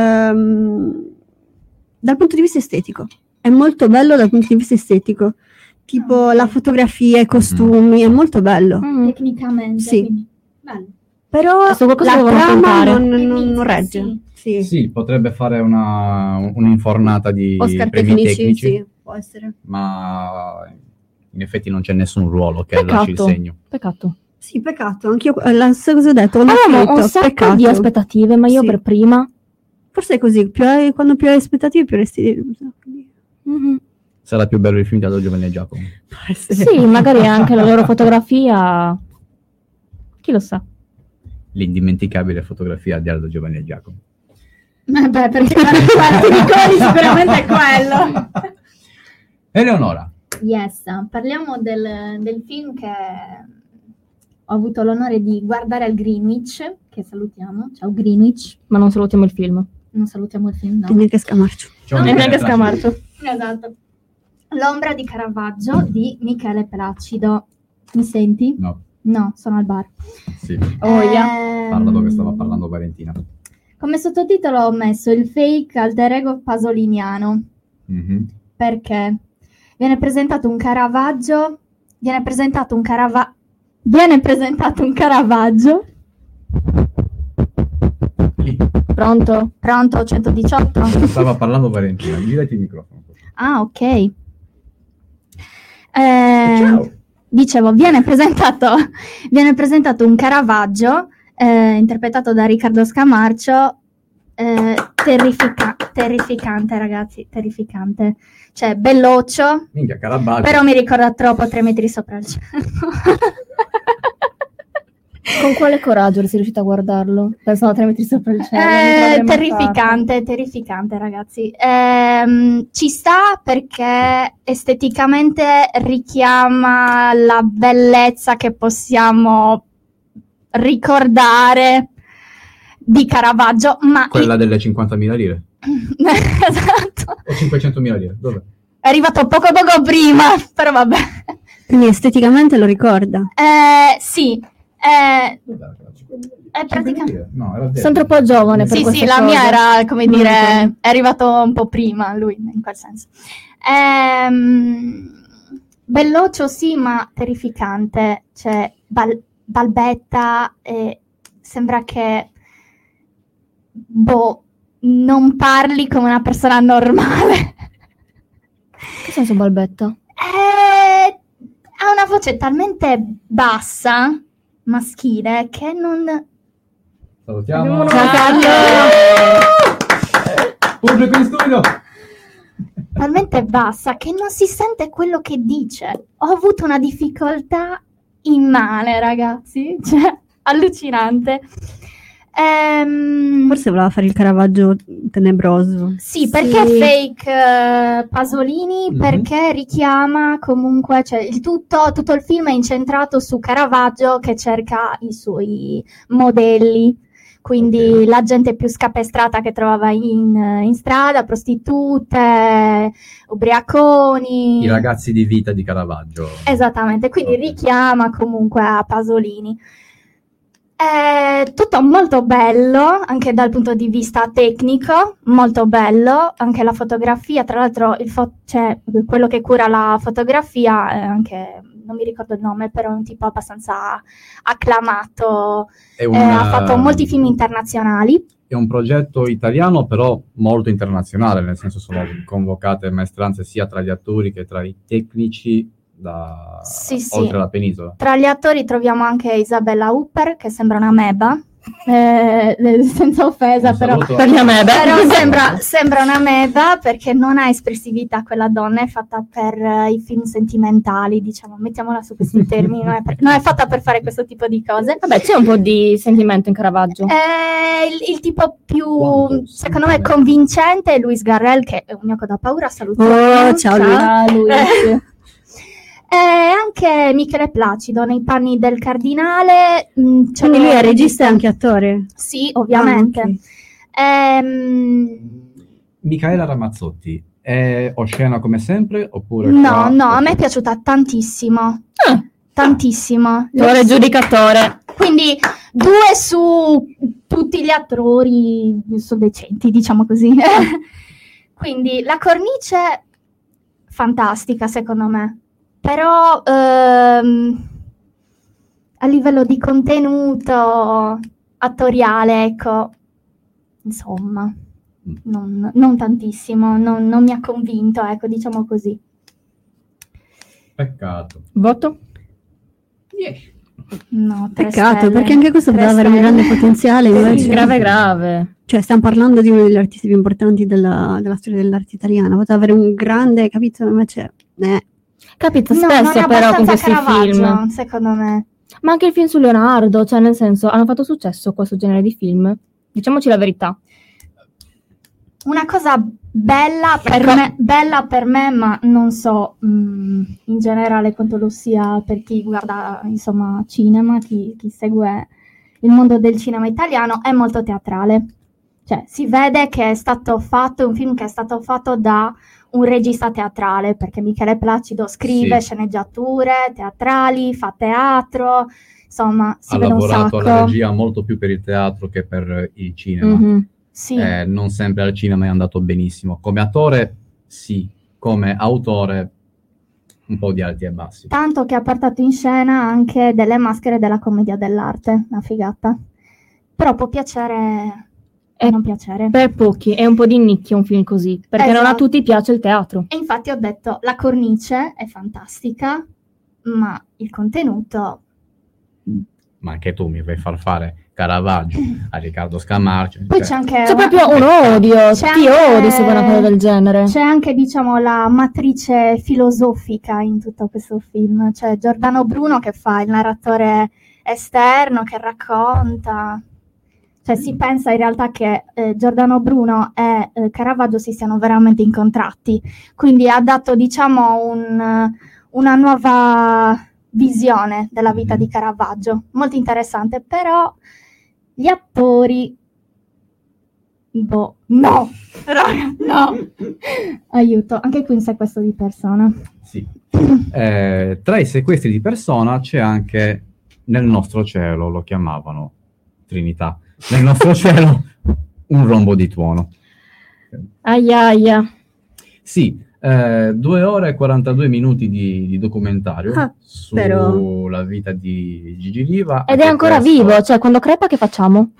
dal punto di vista estetico. È molto bello dal punto di vista estetico. Tipo la fotografia, i costumi, è molto bello. Tecnicamente. Sì. Quindi, bello. Però la trama non regge. Sì, potrebbe fare un'infornata di Oscar premi tecnici, sì, può essere. ma in effetti non c'è nessun ruolo che lasci il segno. Peccato. Sì, peccato. Anch'io la stessa cosa ho detto. Avevamo un sacco di aspettative, ma io per prima... Forse è così, quando più hai aspettative più resti delusa. Sarà più bello il film di Aldo Giovanni e Giacomo. Sì, magari anche la loro fotografia... Chi lo sa? L'indimenticabile fotografia di Aldo Giovanni e Giacomo. Beh, perché quanti di quelli sicuramente è quello. Eleonora. Yes, parliamo del film che ho avuto l'onore di guardare al Greenwich, che salutiamo. Ciao Greenwich. Ma non salutiamo il film. Non salutiamo il film, no. E neanche Scamarcio. Neanche Scamarcio. Esatto. L'ombra di Caravaggio di Michele Placido. Mi senti? No. No, sono al bar. Sì. Parla dove stava parlando Valentina. Come sottotitolo ho messo il fake alter ego pasoliniano. Mm-hmm. Perché viene presentato un Caravaggio. Pronto? Pronto, 118? Stava parlando Valentina, girati il microfono. Ah, ok. Ciao. Dicevo, viene presentato un Caravaggio interpretato da Riccardo Scamarcio, terrificante ragazzi, terrificante. Cioè, belloccio, minchia, Caravaggio. però mi ricorda troppo 3 metri sopra il cielo. Con quale coraggio sei riuscita a guardarlo? Pensavo 3 metri sopra il cielo. Terrificante ragazzi. Ci sta perché esteticamente richiama la bellezza che possiamo ricordare di Caravaggio, ma quella delle 50.000 lire. Esatto. O 500.000 lire, dov'è? È arrivato poco prima, però vabbè. Quindi esteticamente lo ricorda? Sì. È praticamente... No, era sono troppo giovane per sì, la mia era, come dire, è arrivato un po' prima lui, in quel senso. Belloccio sì, ma terrificante, cioè balbetta e sembra che non parli come una persona normale. Che senso balbetta? Ha una voce talmente bassa, maschile, che non... Salutiamo. Ciao Carlo! Pubblico in studio! Talmente bassa che non si sente quello che dice. Ho avuto una difficoltà immane, ragazzi. Cioè, allucinante. Forse voleva fare il Caravaggio tenebroso. Sì, perché fake Pasolini? Perché richiama comunque, cioè tutto il film è incentrato su Caravaggio che cerca i suoi modelli. quindi la gente più scapestrata che trovava in strada, prostitute, ubriaconi. I ragazzi di vita di Caravaggio. Esattamente, quindi richiama comunque a Pasolini. È tutto molto bello, anche dal punto di vista tecnico, molto bello, anche la fotografia, tra l'altro cioè, quello che cura la fotografia è anche, non mi ricordo il nome, però è un tipo abbastanza acclamato, ha fatto molti film internazionali. È un progetto italiano però molto internazionale, nel senso sono convocate maestranze sia tra gli attori che tra i tecnici oltre la penisola. Tra gli attori troviamo anche Isabella Hupper, che sembra una meba, senza offesa, però sembra una meba perché non ha espressività quella donna, è fatta per i film sentimentali, diciamo, mettiamola su questi termini, non è fatta per fare questo tipo di cose. Vabbè, c'è un po' di sentimento in Caravaggio. Il tipo più, secondo me, convincente è Luis Garrel, che è un mio da paura, salutiamo. Ciao Luis. E anche Michele Placido nei panni del cardinale. Quindi lui è regista e anche attore? Sì, ovviamente. Micaela Ramazzotti è oscena come sempre? Oppure no, a me è piaciuta tantissimo. Tantissimo. Attore giudicatore. Quindi 2 su tutti gli attori sono decenti, diciamo così. Quindi la cornice fantastica, secondo me. Però a livello di contenuto attoriale, ecco, insomma, non tantissimo, non mi ha convinto, ecco, diciamo così. Peccato. Voto? 10. No, 3 Peccato, stelle. perché anche questo poteva avere un grande potenziale. Invece, grave. Cioè, stiamo parlando di uno degli artisti più importanti della storia dell'arte italiana. Poteva avere un grande, capito? Invece, Capita No, spesso non è però con questi Caravaggio, film. secondo me. Ma anche il film su Leonardo, cioè nel senso, hanno fatto successo questo genere di film. Diciamoci la verità. Una cosa bella per me, ma non so in generale quanto lo sia per chi guarda, insomma, cinema, chi segue il mondo del cinema italiano, è molto teatrale. Cioè, si vede che è stato fatto, è un film che è stato fatto da un regista teatrale, perché Michele Placido scrive sceneggiature teatrali, fa teatro, insomma, si vede un sacco. Ha lavorato alla regia molto più per il teatro che per il cinema. Mm-hmm. Sì. Non sempre al cinema è andato benissimo. Come attore, sì. Come autore, un po' di alti e bassi. Tanto che ha portato in scena anche delle maschere della commedia dell'arte, una figata. Però può piacere e non piacere. Per pochi, è un po' di nicchia un film così, perché non a tutti piace il teatro. E infatti ho detto, la cornice è fantastica, ma il contenuto... Ma anche tu mi vuoi far fare Caravaggio a Riccardo Scamarcio. Poi c'è anche... C'è proprio un odio, ti odi se una cosa del genere. C'è anche, diciamo, la matrice filosofica in tutto questo film. C'è Giordano Bruno che fa il narratore esterno, che racconta... Cioè si pensa in realtà che Giordano Bruno e Caravaggio si siano veramente incontrati, quindi ha dato, diciamo, una nuova visione della vita di Caravaggio, molto interessante, però gli attori... no, aiuto, anche qui un sequestro di persona. Sì. Tra i sequestri di persona c'è anche Nel nostro cielo, lo chiamavano Trinità. Nel nostro cielo un rombo di tuono. Aia. Sì, 2 ore e 42 minuti di documentario sulla vita di Gigi Riva. Ed è ancora vivo, cioè quando crepa che facciamo?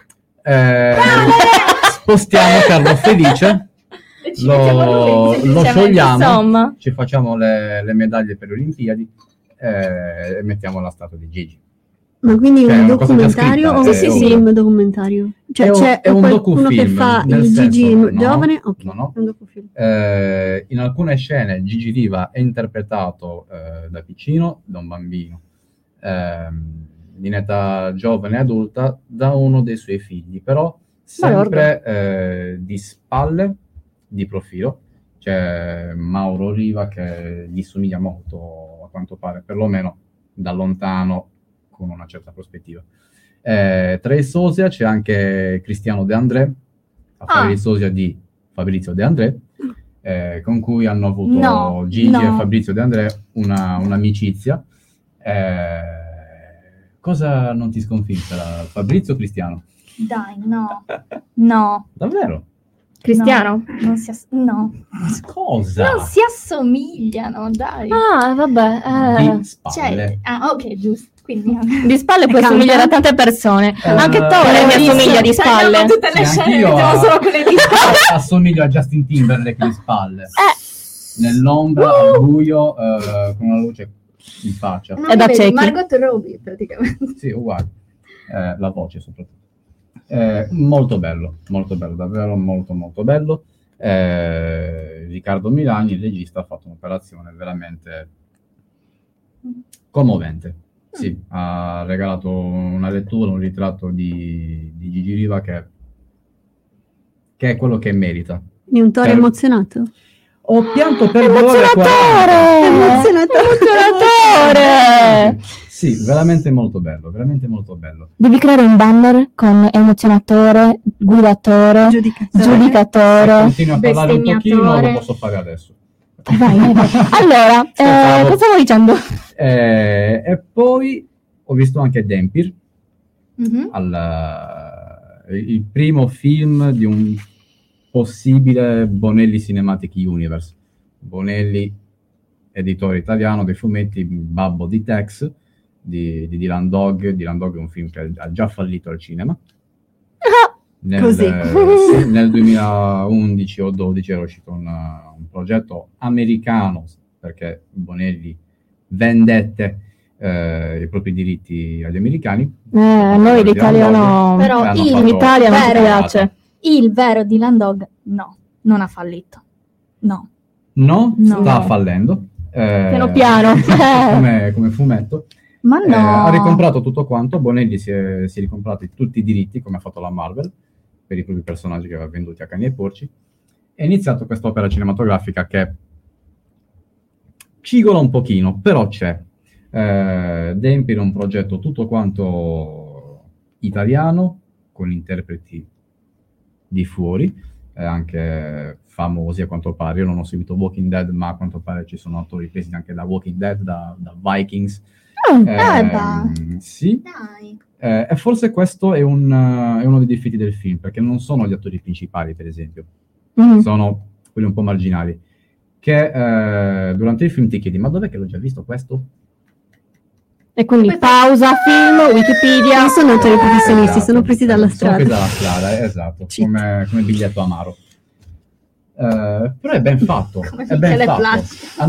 Spostiamo Carlo Felice, lo sciogliamo, insomma. Ci facciamo le medaglie per le Olimpiadi e mettiamo la statua di Gigi. Ma quindi un documentario o un film documentario? Cioè c'è un qualcuno docufilm, che fa il Gigi giovane? Okay, no. È un docufilm. In alcune scene Gigi Riva è interpretato da piccino, da un bambino, in età giovane e adulta, da uno dei suoi figli, però sempre di spalle, di profilo. C'è Mauro Riva che gli somiglia molto, a quanto pare, perlomeno da lontano, con una certa prospettiva. Tra i sosia c'è anche Cristiano De André, a fare il sosia di Fabrizio De André, con cui hanno avuto Gigi e Fabrizio De André un'amicizia. Cosa non ti sconfigge, Fabrizio o Cristiano? Dai, no. Davvero? Cristiano? No. Cosa? Non si assomigliano, dai. Ah, vabbè. Di spalle. Ok, giusto. Quindi, di spalle puoi assomigliare a tante persone. Anche Tore mi assomiglia di spalle. Tutte le scene, vediamo solo quelle di spalle. Assomiglio a Justin Timberlake di spalle. Nell'ombra, al buio, con una luce in faccia. È da ciechi. Margot Robbie, praticamente. Sì, uguale. La voce soprattutto. Molto bello, davvero molto molto bello. Riccardo Milani, il regista, ha fatto un'operazione veramente commovente. Sì, ha regalato una lettura, un ritratto di Gigi Riva che è quello che merita. Di un Tore emozionato? Ho pianto per 2 ore Emozionatore! Sì, veramente molto bello, veramente molto bello. Devi creare un banner con emozionatore, guidatore, giudicatore. Continui a parlare un pochino, lo posso fare adesso. Vai. Allora, cosa stavo dicendo? E poi ho visto anche Dempir, il primo film di un possibile Bonelli Cinematic Universe. Bonelli, editore italiano dei fumetti, babbo di Tex, di Dylan Dog. Dylan Dog è un film che ha già fallito al cinema. Nel 2011 o 2012 era uscito un progetto americano, perché Bonelli vendette i propri diritti agli americani. Noi l'italiano, però in Italia non ci piace. Il vero Dylan Dog non ha fallito. No. Sta fallendo. Piano. come fumetto. Ma no. Ha ricomprato tutto quanto. Bonelli si è ricomprato tutti i diritti, come ha fatto la Marvel, per i propri personaggi che aveva venduti a cani e porci. È iniziato questa opera cinematografica che cigola un pochino, però c'è. Dempir è un progetto tutto quanto italiano, con interpreti di fuori, anche famosi a quanto pare. Io non ho seguito Walking Dead, ma a quanto pare ci sono attori presi anche da Walking Dead, da Vikings. Sì. Dai. E forse questo è uno dei difetti del film, perché non sono gli attori principali, per esempio. Sono quelli un po' marginali, che durante il film ti chiedi: ma dov'è che l'ho già visto questo? E quindi pausa, film, Wikipedia. Non sono attori professionisti, sono presi dalla strada. Sono presi dalla strada, esatto, come biglietto amaro. Però è ben fatto, è ben fatto.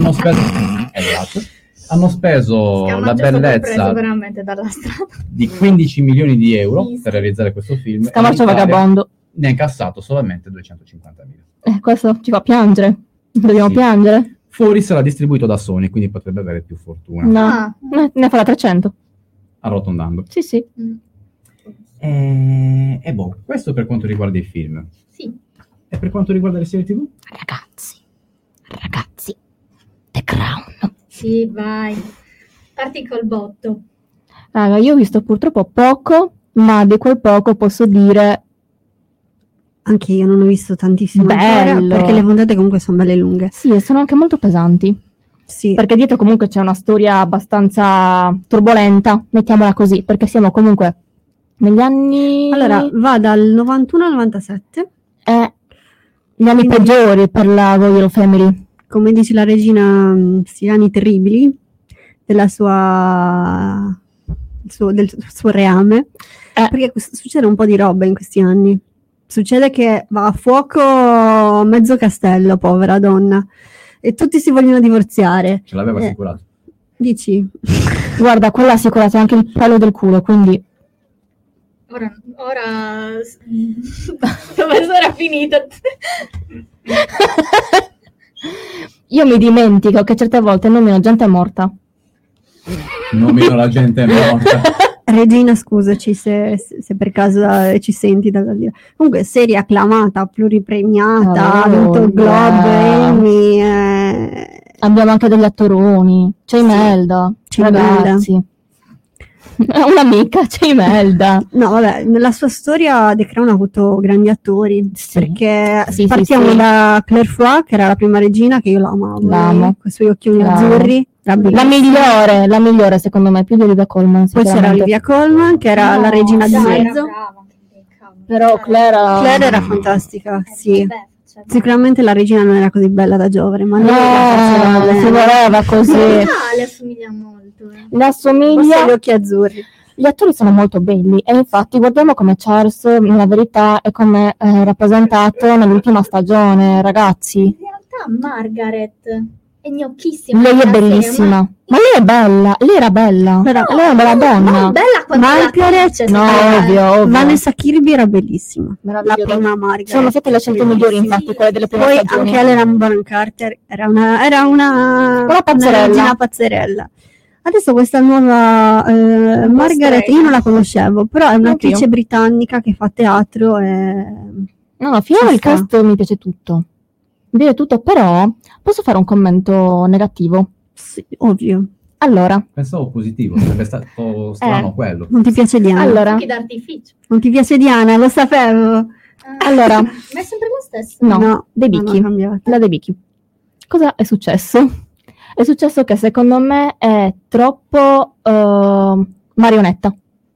Hanno speso la bellezza veramente dalla strada di 15 milioni di euro per realizzare questo film. Scamaccio vagabondo. Ne ha incassato solamente 250.000. Questo ci fa piangere. Dobbiamo piangere. Fuori sarà distribuito da Sony, quindi potrebbe avere più fortuna. No, ne farà 300. Arrotondando. Sì. E questo per quanto riguarda i film. Sì. E per quanto riguarda le serie TV? Ragazzi, The Crown. Sì, vai. Parti col botto. Raga, io ho visto purtroppo poco, ma di quel poco posso dire... Anche io non ho visto tantissimo ancora, perché le puntate comunque sono belle lunghe. Sì, e sono anche molto pesanti. Sì. Perché dietro comunque c'è una storia abbastanza turbolenta, mettiamola così, perché siamo comunque negli anni... Allora, va dal 91 al 97. Gli anni peggiori per la Royal Family. Come dice la regina, sti anni terribili del suo reame. Perché succede un po' di roba in questi anni. Succede che va a fuoco mezzo castello, povera donna, e tutti si vogliono divorziare. Ce l'aveva assicurato. Dici? Guarda, quella ha assicurato anche il pelo del culo, quindi... Ora dove sarà finita? Io mi dimentico che certe volte nomino gente morta. Nomino la gente morta. Regina, scusaci se per caso ci senti da dire. Comunque, serie acclamata, pluripremiata, ha vinto il Globe, Emmy. Abbiamo anche degli attoroni. C'è Imelda, ragazzi. Un'amica, c'è Imelda. No, vabbè, nella sua storia The Crown ha avuto grandi attori, perché partiamo da Claire Foy, che era la prima regina, che io l'amo, con i suoi occhioni azzurri. La migliore secondo me, più di Olivia Colman. Poi c'era Olivia Colman, che era la regina di mezzo. Però Claire era fantastica, sì. Sicuramente la regina non era così bella da giovane, ma si voleva così. Le assomiglia molto. Le assomiglia. Gli occhi azzurri. Gli attori sono molto belli e infatti guardiamo come Charles nella verità è come rappresentato nell'ultima stagione, ragazzi. In realtà Margaret è gnocchissima. Lei è bellissima, ma lei è bella, lei era bella, lei è una bella donna. Non bella quanto Margaret, no, ovvio. Vanessa Kirby era bellissima, la prima Margaret. Sono state le scelte migliori, infatti, quelle delle prime Poi stagioni. anche Helena Bonham Carter era una regina pazzerella. Adesso questa nuova Margaret io non la conoscevo, però è un'attrice britannica che fa teatro e... No, finora il cast mi piace tutto. Mi piace tutto, però posso fare un commento negativo? Sì, ovvio. Allora. Pensavo positivo, sarebbe stato strano quello. Non ti piace Diana? Allora. d'artificio. Non ti piace Diana, lo sapevo. Allora. Ma è sempre lo stesso? No, De Bicchi. La De Bicchi. Cosa è successo? È successo che secondo me è troppo marionetta.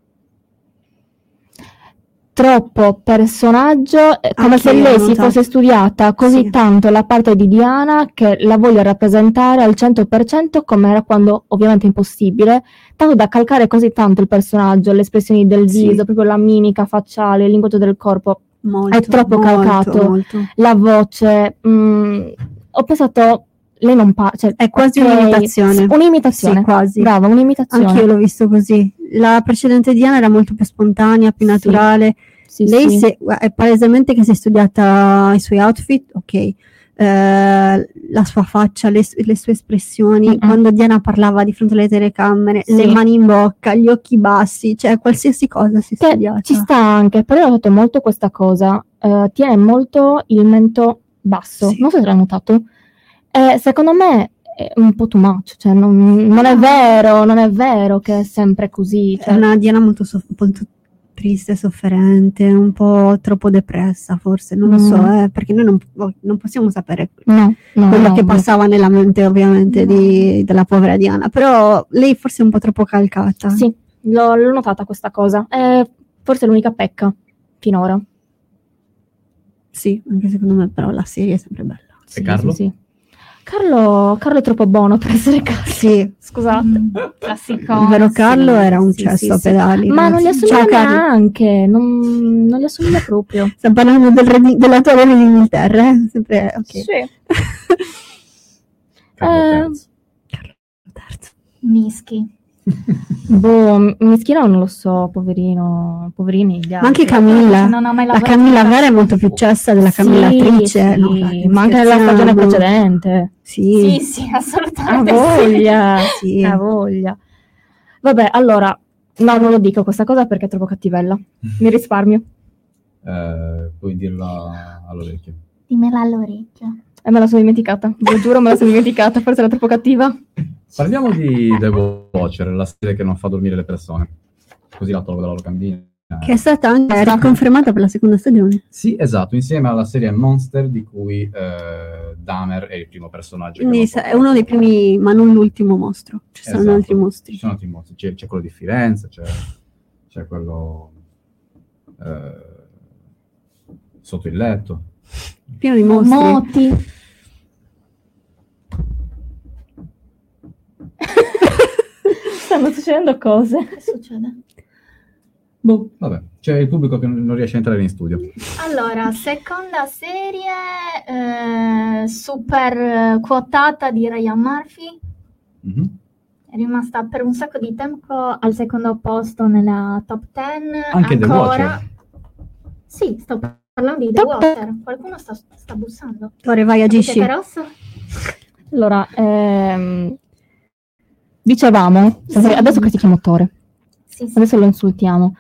Troppo personaggio, come se lei si fosse studiata così tanto la parte di Diana che la voglia rappresentare al 100% come era, quando ovviamente è impossibile, tanto da calcare così tanto il personaggio, le espressioni del viso, proprio la mimica facciale, il linguaggio del corpo, è troppo calcato. Molto. La voce, ho pensato, lei non parla, cioè, è quasi un'imitazione. Un'imitazione, sì, quasi. Brava, un'imitazione. Anche io l'ho visto così. La precedente Diana era molto più spontanea, più naturale. Sì, lei è palesemente che si è studiata i suoi outfit, ok, la sua faccia, le sue espressioni, quando Diana parlava di fronte alle telecamere, le mani in bocca, gli occhi bassi, cioè qualsiasi cosa si è studiata. Ci sta anche, però ho notato molto questa cosa, tiene molto il mento basso, non so se l'hai notato. Secondo me è un po' too much, cioè non è vero che è sempre così. Cioè. È una Diana molto triste, sofferente, un po' troppo depressa forse, non lo so, perché noi non possiamo sapere quello che passava nella mente ovviamente della povera Diana, però lei forse è un po' troppo calcata. Sì, l'ho notata questa cosa, è forse l'unica pecca finora. Sì, anche secondo me, però la serie è sempre bella. E Carlo? Sì. Carlo è troppo buono per essere Carlo. Sì. Scusate. Classico. Il vero Carlo era un cesso a pedali. Ma non gli assomiglia neanche, non gli assomiglia proprio. Stiamo parlando dell'attuale re d'Inghilterra, sempre, ok. Sì. Carlo terzo. Mischi. Mischino non lo so, poverini gli altri. Ma anche Camilla, la Camilla vera è molto più cessa della Camilla attrice, ma anche nella stagione precedente. Sì, assolutamente. Ha voglia. Vabbè, allora, no, non lo dico questa cosa perché è troppo cattivella. Mi risparmio. Puoi dirla all'orecchio. Dimmela all'orecchio. Me la sono dimenticata, ve lo giuro, me la sono dimenticata, forse era troppo cattiva. Parliamo di The Watcher, la serie che non fa dormire le persone. Così la tolgo dalla locandina. Che è stata anche riconfermata per la seconda stagione. Sì, esatto, insieme alla serie Monster, di cui Dahmer è il primo personaggio. Quindi è uno dei primi, ma non l'ultimo mostro. Ci sono altri mostri. Ci sono altri mostri. C'è quello di Firenze, c'è quello sotto il letto. Pieno di mostri. Moti. Stanno succedendo cose. Che succede? Boh, vabbè, c'è il pubblico che non riesce a entrare in studio. Allora, seconda serie super quotata di Ryan Murphy. Mm-hmm. È rimasta per un sacco di tempo al secondo posto nella top 10. Anche ancora. The Watcher. Sì, sto parlando di The Watcher. Qualcuno sta bussando. Tore, vai, agisci. Rosso? Allora, dicevamo, adesso che si chiama Tore. Sì. Adesso lo insultiamo.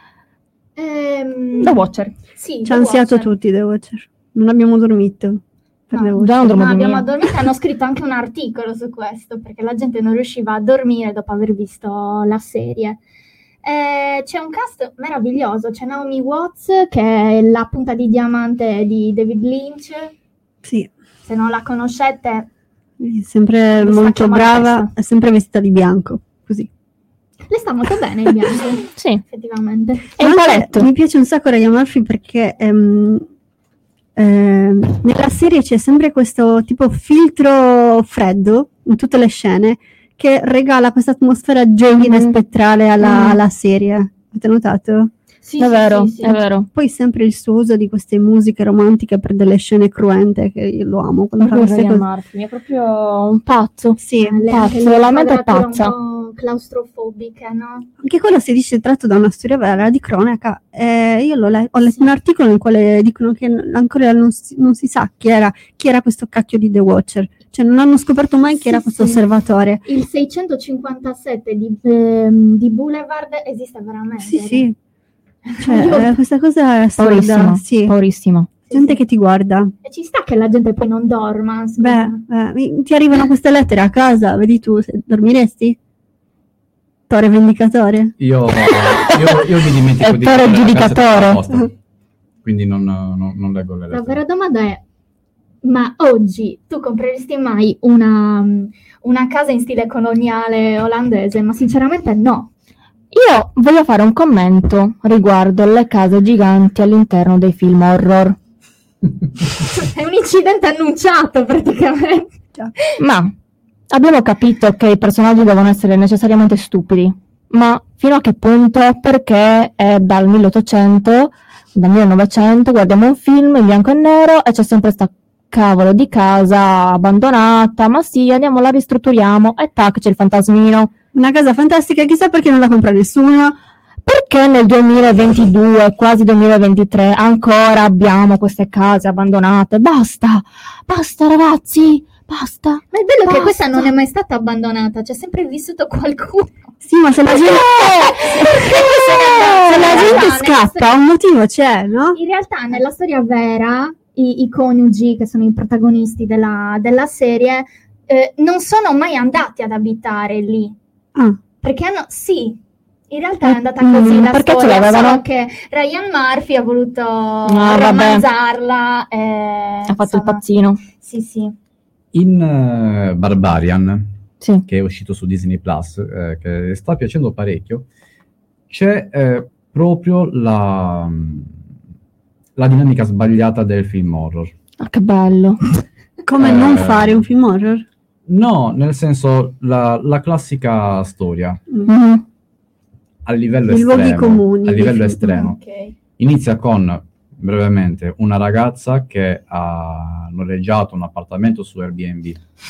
The Watcher. Sì, ci ha ansiato tutti The Watcher. Non abbiamo dormito. Già non dormo abbiamo dormito, hanno scritto anche un articolo su questo, perché la gente non riusciva a dormire dopo aver visto la serie. C'è un cast meraviglioso, c'è Naomi Watts che è la punta di diamante di David Lynch. Sì. Se non la conoscete, è sempre molto brava, è sempre vestita di bianco, così. Le sta molto bene in bianco. Sì, effettivamente. E il paletto. Mi piace un sacco Ryan Murphy perché nella serie c'è sempre questo tipo filtro freddo in tutte le scene che regala questa atmosfera gelida e spettrale alla serie. Avete notato? Sì, è vero, sì. è vero. Poi sempre il suo uso di queste musiche romantiche per delle scene cruente, che io lo amo. Quando fa queste cose. Murphy è proprio un pazzo. Sì, pazzo, veramente pazza. Un po' claustrofobiche, no? Anche quello si dice tratto da una storia vera di cronaca. Io ho letto un articolo nel quale dicono che ancora non si sa chi era questo cacchio di The Watcher. Cioè non hanno scoperto mai chi era questo osservatore. Il 657 di Boulevard esiste veramente. Sì. Cioè, questa cosa è assurda. Paurissima. Gente che ti guarda. E ci sta che la gente poi non dorma. Ti arrivano queste lettere a casa, vedi tu, dormiresti? Tore vendicatore? Io mi dimentico di Tore giudicatore. Quindi non leggo le lettere. La vera domanda è: ma oggi tu compreresti mai una casa in stile coloniale olandese? Ma sinceramente no. Io voglio fare un commento riguardo le case giganti all'interno dei film horror. È un incidente annunciato praticamente. Ma abbiamo capito che i personaggi devono essere necessariamente stupidi. Ma fino a che punto? Perché è dal 1800, dal 1900, guardiamo un film in bianco e nero e c'è sempre sta cavolo di casa abbandonata. Ma sì, andiamo, la ristrutturiamo e tac, c'è il fantasmino. Una casa fantastica, chissà perché non la compra nessuno. Perché nel 2022, quasi 2023, ancora abbiamo queste case abbandonate? Basta ragazzi, basta. Ma è bello che questa non è mai stata abbandonata, c'è sempre vissuto qualcuno. Sì, ma se la gente, scappa, un motivo c'è, no? In realtà nella storia vera, i coniugi, che sono i protagonisti della serie, non sono mai andati ad abitare lì. Perché in realtà è andata così la storia, solo che Ryan Murphy ha voluto romanzarla. Ha fatto il pazzino. Sì. In Barbarian, che è uscito su Disney Plus, che sta piacendo parecchio, c'è proprio la dinamica sbagliata del film horror. Ah, che bello. Come non fare un film horror? No, nel senso la classica storia a livello estremo. Okay. Inizia con, brevemente, una ragazza che ha noleggiato un appartamento su Airbnb.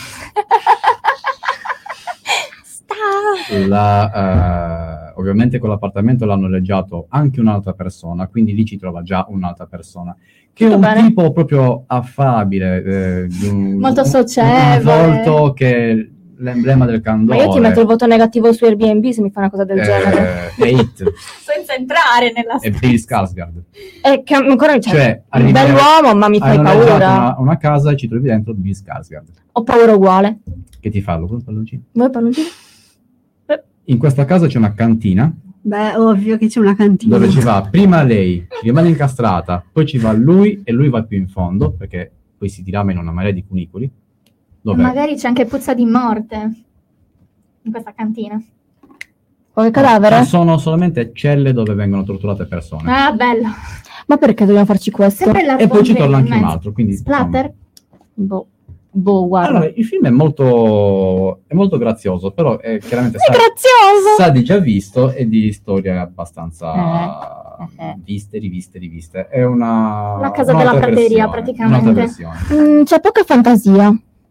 Ovviamente quell'appartamento l'ha noleggiato anche un'altra persona, quindi lì ci trova già un'altra persona che è un tipo proprio affabile, molto socievole, un volto che è l'emblema del candore. Ma io ti metto il voto negativo su Airbnb se mi fa una cosa del genere. È It. Senza entrare nella storia. È Bill Skarsgård. Che ancora cioè, un bell'uomo, ma mi fai paura. Una casa e ci trovi dentro Bill Skarsgård. Ho paura uguale. Che ti fa? Vuoi palloncino? Vuoi palloncino? In questa casa c'è una cantina. Beh, ovvio che c'è una cantina. Dove ci va prima lei, ci rimane incastrata, poi ci va lui e lui va più in fondo, perché poi si dirama in una marea di cunicoli. Dov'è? Magari c'è anche puzza di morte in questa cantina. Qualche cadavere? Sono solamente celle dove vengono torturate persone. Ah, bello. Ma perché dobbiamo farci questo? E poi ci torna anche un altro. Quindi, Splatter? Guarda. Allora, il film è molto grazioso, però è chiaramente grazioso! Sa di già visto e di storie abbastanza riviste. È una casa della prateria, praticamente. C'è poca fantasia.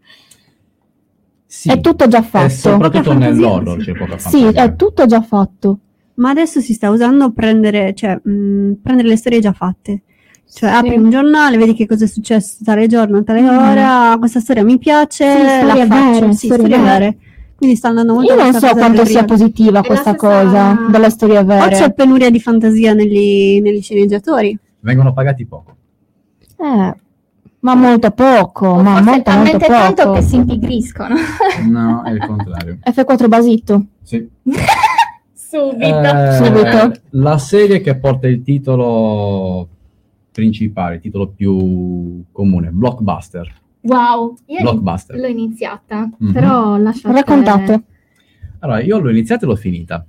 Sì, è tutto già fatto. E soprattutto nell'horror c'è poca fantasia. Sì, è tutto già fatto. Ma adesso si sta usando prendere le storie già fatte. Cioè apri un giornale, vedi che cosa è successo tale giorno, tale ora, questa storia mi piace, la faccio. Storie vere. Quindi sta andando molto. Io non so quanto sia positiva questa cosa delle storie vere. O c'è penuria di fantasia negli sceneggiatori. Vengono pagati poco. Ma molto poco, ma molto talmente poco. Tanto che si impigriscono. No, è il contrario. F4 Basitto. Sì. Sì. Subito. La serie che porta il titolo principale, il titolo più comune, Blockbuster. Wow, io Blockbuster. l'ho iniziata, Mhm. però lasciate... Raccontate. Allora, io l'ho iniziata e l'ho finita.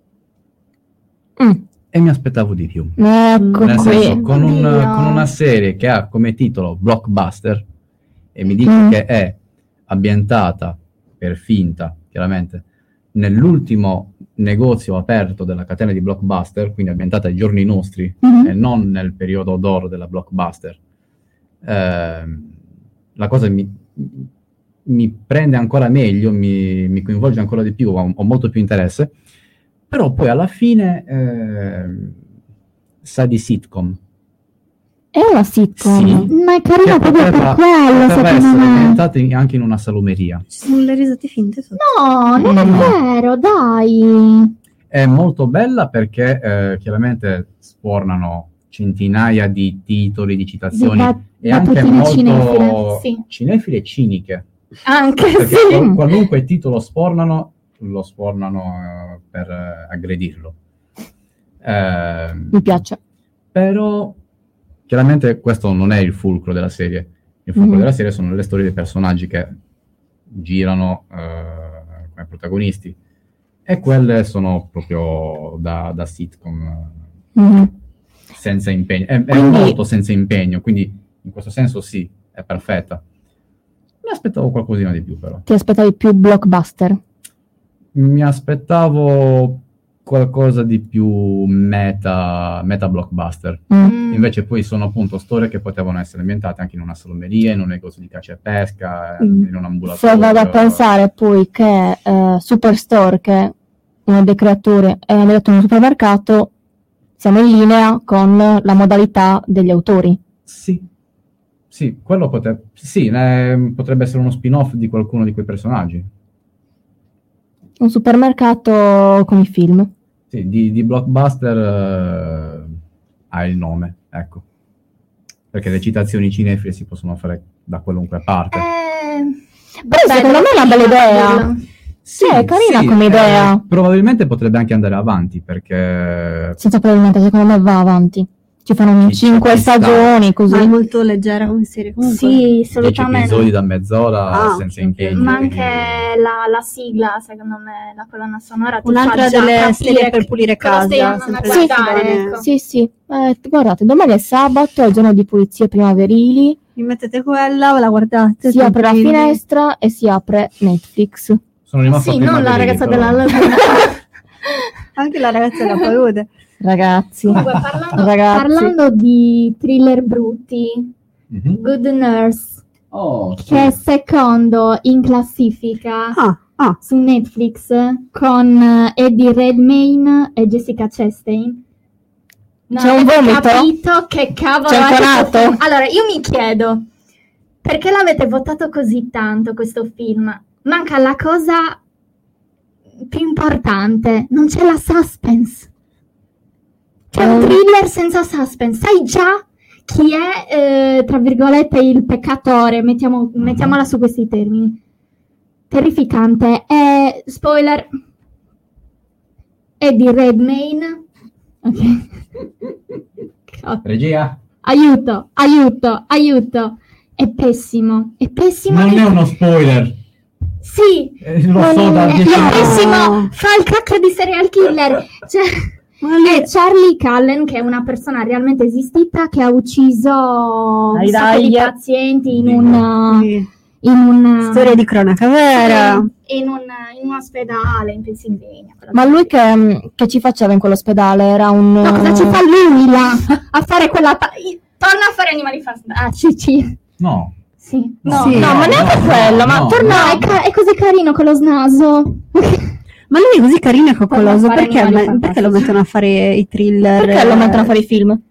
E mi aspettavo di più. Ecco Nel qui. senso, con una serie che ha come titolo Blockbuster e mi dici che è ambientata, per finta, chiaramente, nell'ultimo negozio aperto della catena di Blockbuster, quindi ambientata ai giorni nostri e non nel periodo d'oro della Blockbuster, la cosa mi prende ancora meglio, mi coinvolge ancora di più, ho molto più interesse, però poi alla fine sa di sitcom. È una sitcom, Sì. ma è carina Che proprio per quello, poteva secondo essere me. ambientata anche in una salumeria. Ci sono le risate finte sotto. No, non è vero, dai. È molto bella perché chiaramente sfornano centinaia di titoli, di citazioni e anche battutine molto cinefile, sì. cinefile e ciniche. Anche Perché sì. qualunque titolo sfornano, lo sfornano per aggredirlo. Mi piace. Però chiaramente questo non è il fulcro della serie. Il fulcro della serie sono le storie dei personaggi che girano come protagonisti. E quelle sono proprio da sitcom, senza impegno. È molto senza impegno, quindi in questo senso sì, è perfetta. Mi aspettavo qualcosina di più, però. Ti aspettavi più blockbuster? Mi aspettavo qualcosa di più meta blockbuster. Invece poi sono appunto storie che potevano essere ambientate anche in una salumeria, in un negozio di caccia e pesca, in un ambulatorio. Se vado a pensare poi che Superstore, che è uno dei creatori, è ambientato in un supermercato, siamo in linea con la modalità degli autori. Sì, quello potrebbe essere uno spin-off di qualcuno di quei personaggi. Un supermercato con i film. Sì, di blockbuster ha il nome, ecco. Perché le citazioni cinefile si possono fare da qualunque parte. Però secondo me è una bella idea. Sì, è carina come idea. Probabilmente potrebbe anche andare avanti, perché Senza probabilmente, secondo me va avanti. Ci fanno 5 stagioni, così. Ma è molto leggera come serie comunque. Sì, 10 assolutamente. episodi da mezz'ora senza impegno. Ma anche la sigla, secondo me, la colonna sonora ti Un'altra fa già delle capire serie per pulire cosa stai casa, andando a sempre guardare, sì, ecco. Sì. Guardate, domani è sabato, è il giorno di pulizie primaverili. Vi mettete quella, ve la guardate. Si apre la tranquilli. finestra e si apre Netflix. Sono rimasto Sì, non la ragazza della laguna. Anche la ragazza della palude. Ragazzi, Comunque, parlando di thriller brutti, Good Nurse, che è secondo in classifica su Netflix con Eddie Redmayne e Jessica Chastain. Non C'è un avete vomito? capito che cavolo C'è un è questo conato? film? Allora, io mi chiedo, perché l'avete votato così tanto questo film? Manca la cosa più importante, non c'è la suspense. C'è un thriller senza suspense, sai già chi è, tra virgolette, il peccatore, mettiamola su questi termini. Terrificante. Spoiler, Eddie Redmayne. Ok. Regia? Aiuto. È pessimo. Non è uno spoiler. Sì. Lo so da 10 anni. Bellissimo, fa il cacchio di serial killer. Cioè, è Charlie Cullen, che è una persona realmente esistita, che ha ucciso un sacco di pazienti in una storia di cronaca vera. in un ospedale in Pennsylvania. Ma lui che ci faceva in quell'ospedale? Era un... No, cosa ci fa lui là a fare quella torna a fare Animali Fantastici. No. Sì. No, ma neanche quello, ma torna... è così carino quello snaso. Ma lui è così carino e coccoloso, Fare perché, Animali perché Fantastici. lo mettono a fare i thriller? Perché lo mettono a fare i film? Non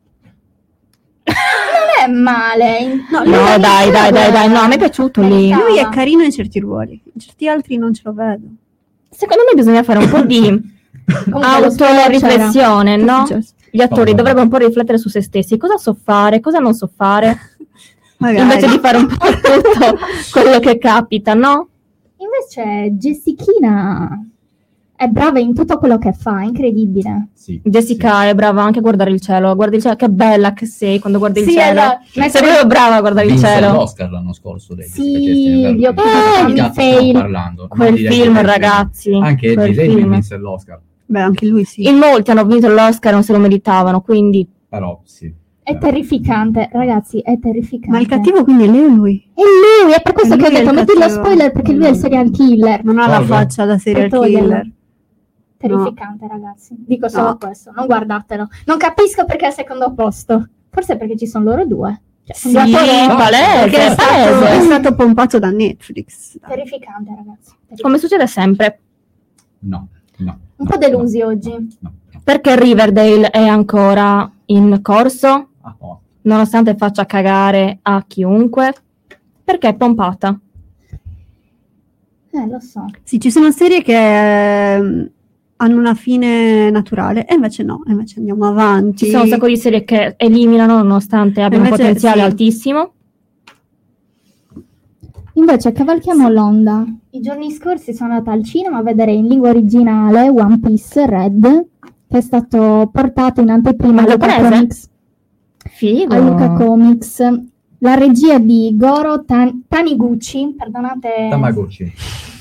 è male. No, dai, no, a me è piaciuto lì. Lui è carino in certi ruoli, in certi altri non ce lo vedo. Secondo me bisogna fare un po' di autoriflessione, no? Gli attori dovrebbero un po' riflettere su se stessi. Cosa so fare, cosa non so fare? Magari. Invece di fare un po' tutto quello che capita, no? Invece Jessichina è brava in tutto quello che fa, è incredibile. Sì, Jessica è brava anche a guardare il cielo. Guardi il cielo, che bella che sei quando guardi il Sì, cielo. Sei proprio brava a guardare il Vinse cielo. l'Oscar l'anno scorso. Lei, Sì, vi ho di cazzo stiamo parlando? Quel Non film, direi che ragazzi. anche quel Eddie Redmayne film. vinse l'Oscar. Beh, anche lui sì. In molti hanno vinto l'Oscar e non se lo meritavano, quindi... Però sì. È terrificante, ragazzi, è terrificante. Ma il cattivo quindi è lei o lui? È lui, è per questo che ho detto metti lo spoiler, perché lui è il serial killer. Non ha la faccia da serial killer. Terrificante, ragazzi. Dico solo questo, non guardatelo. Non capisco perché è al secondo posto. Forse perché ci sono loro due. Cioè, Sì, palese, Perché è stato pompato da Netflix. Terrificante, ragazzi. Come succede sempre. No. Un po' delusi oggi. Perché Riverdale è ancora in corso, nonostante faccia cagare a chiunque, perché è pompata. Lo so. Sì, ci sono serie che hanno una fine naturale e invece no, invece andiamo avanti. Ci sono un sacco di serie che eliminano nonostante abbiano un Invece, potenziale sì. altissimo. Invece cavalchiamo l'onda. I giorni scorsi sono andata al cinema a vedere in lingua originale One Piece Red, che è stato portato in anteprima a Luca Comics. Figo. A Luca Comics. La regia di Goro Taniguchi, perdonate. Tamagotchi.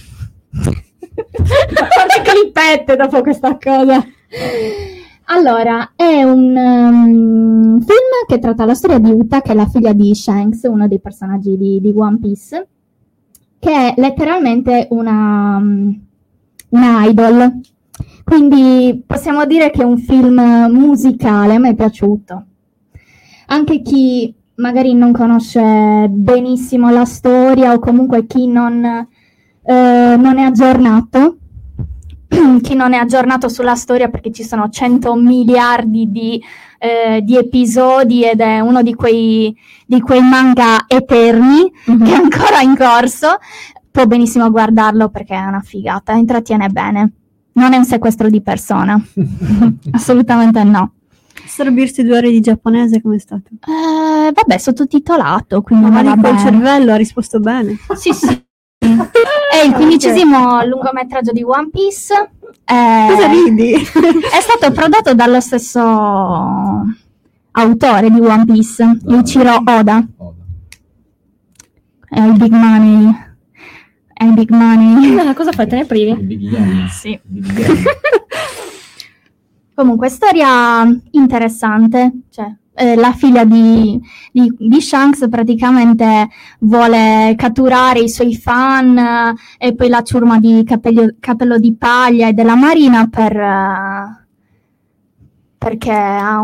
Quante clippette dopo questa cosa. Allora, è un film che tratta la storia di Uta, che è la figlia di Shanks, uno dei personaggi di One Piece, che è letteralmente una idol. Quindi possiamo dire che è un film musicale, a me è piaciuto. Anche chi magari non conosce benissimo la storia o comunque chi non è aggiornato, chi non è aggiornato sulla storia, perché ci sono 100 miliardi di episodi ed è uno di quei manga eterni che è ancora in corso, può benissimo guardarlo perché è una figata, intrattiene bene, non è un sequestro di persona. Assolutamente no. Sorbirsi 2 ore di giapponese come è stato? Vabbè, sottotitolato, quindi Ma va col bene. cervello ha risposto bene. Sì. È il 15° lungometraggio di One Piece. Cosa ridi? È stato prodotto dallo stesso autore di One Piece, Yuichiro Oda. È il big money. È il big money. Cosa fai? Te ne privi? Sì. Comunque, storia interessante. Cioè, la figlia di Shanks praticamente vuole catturare i suoi fan e poi la ciurma di Cappello di Paglia e della Marina perché ha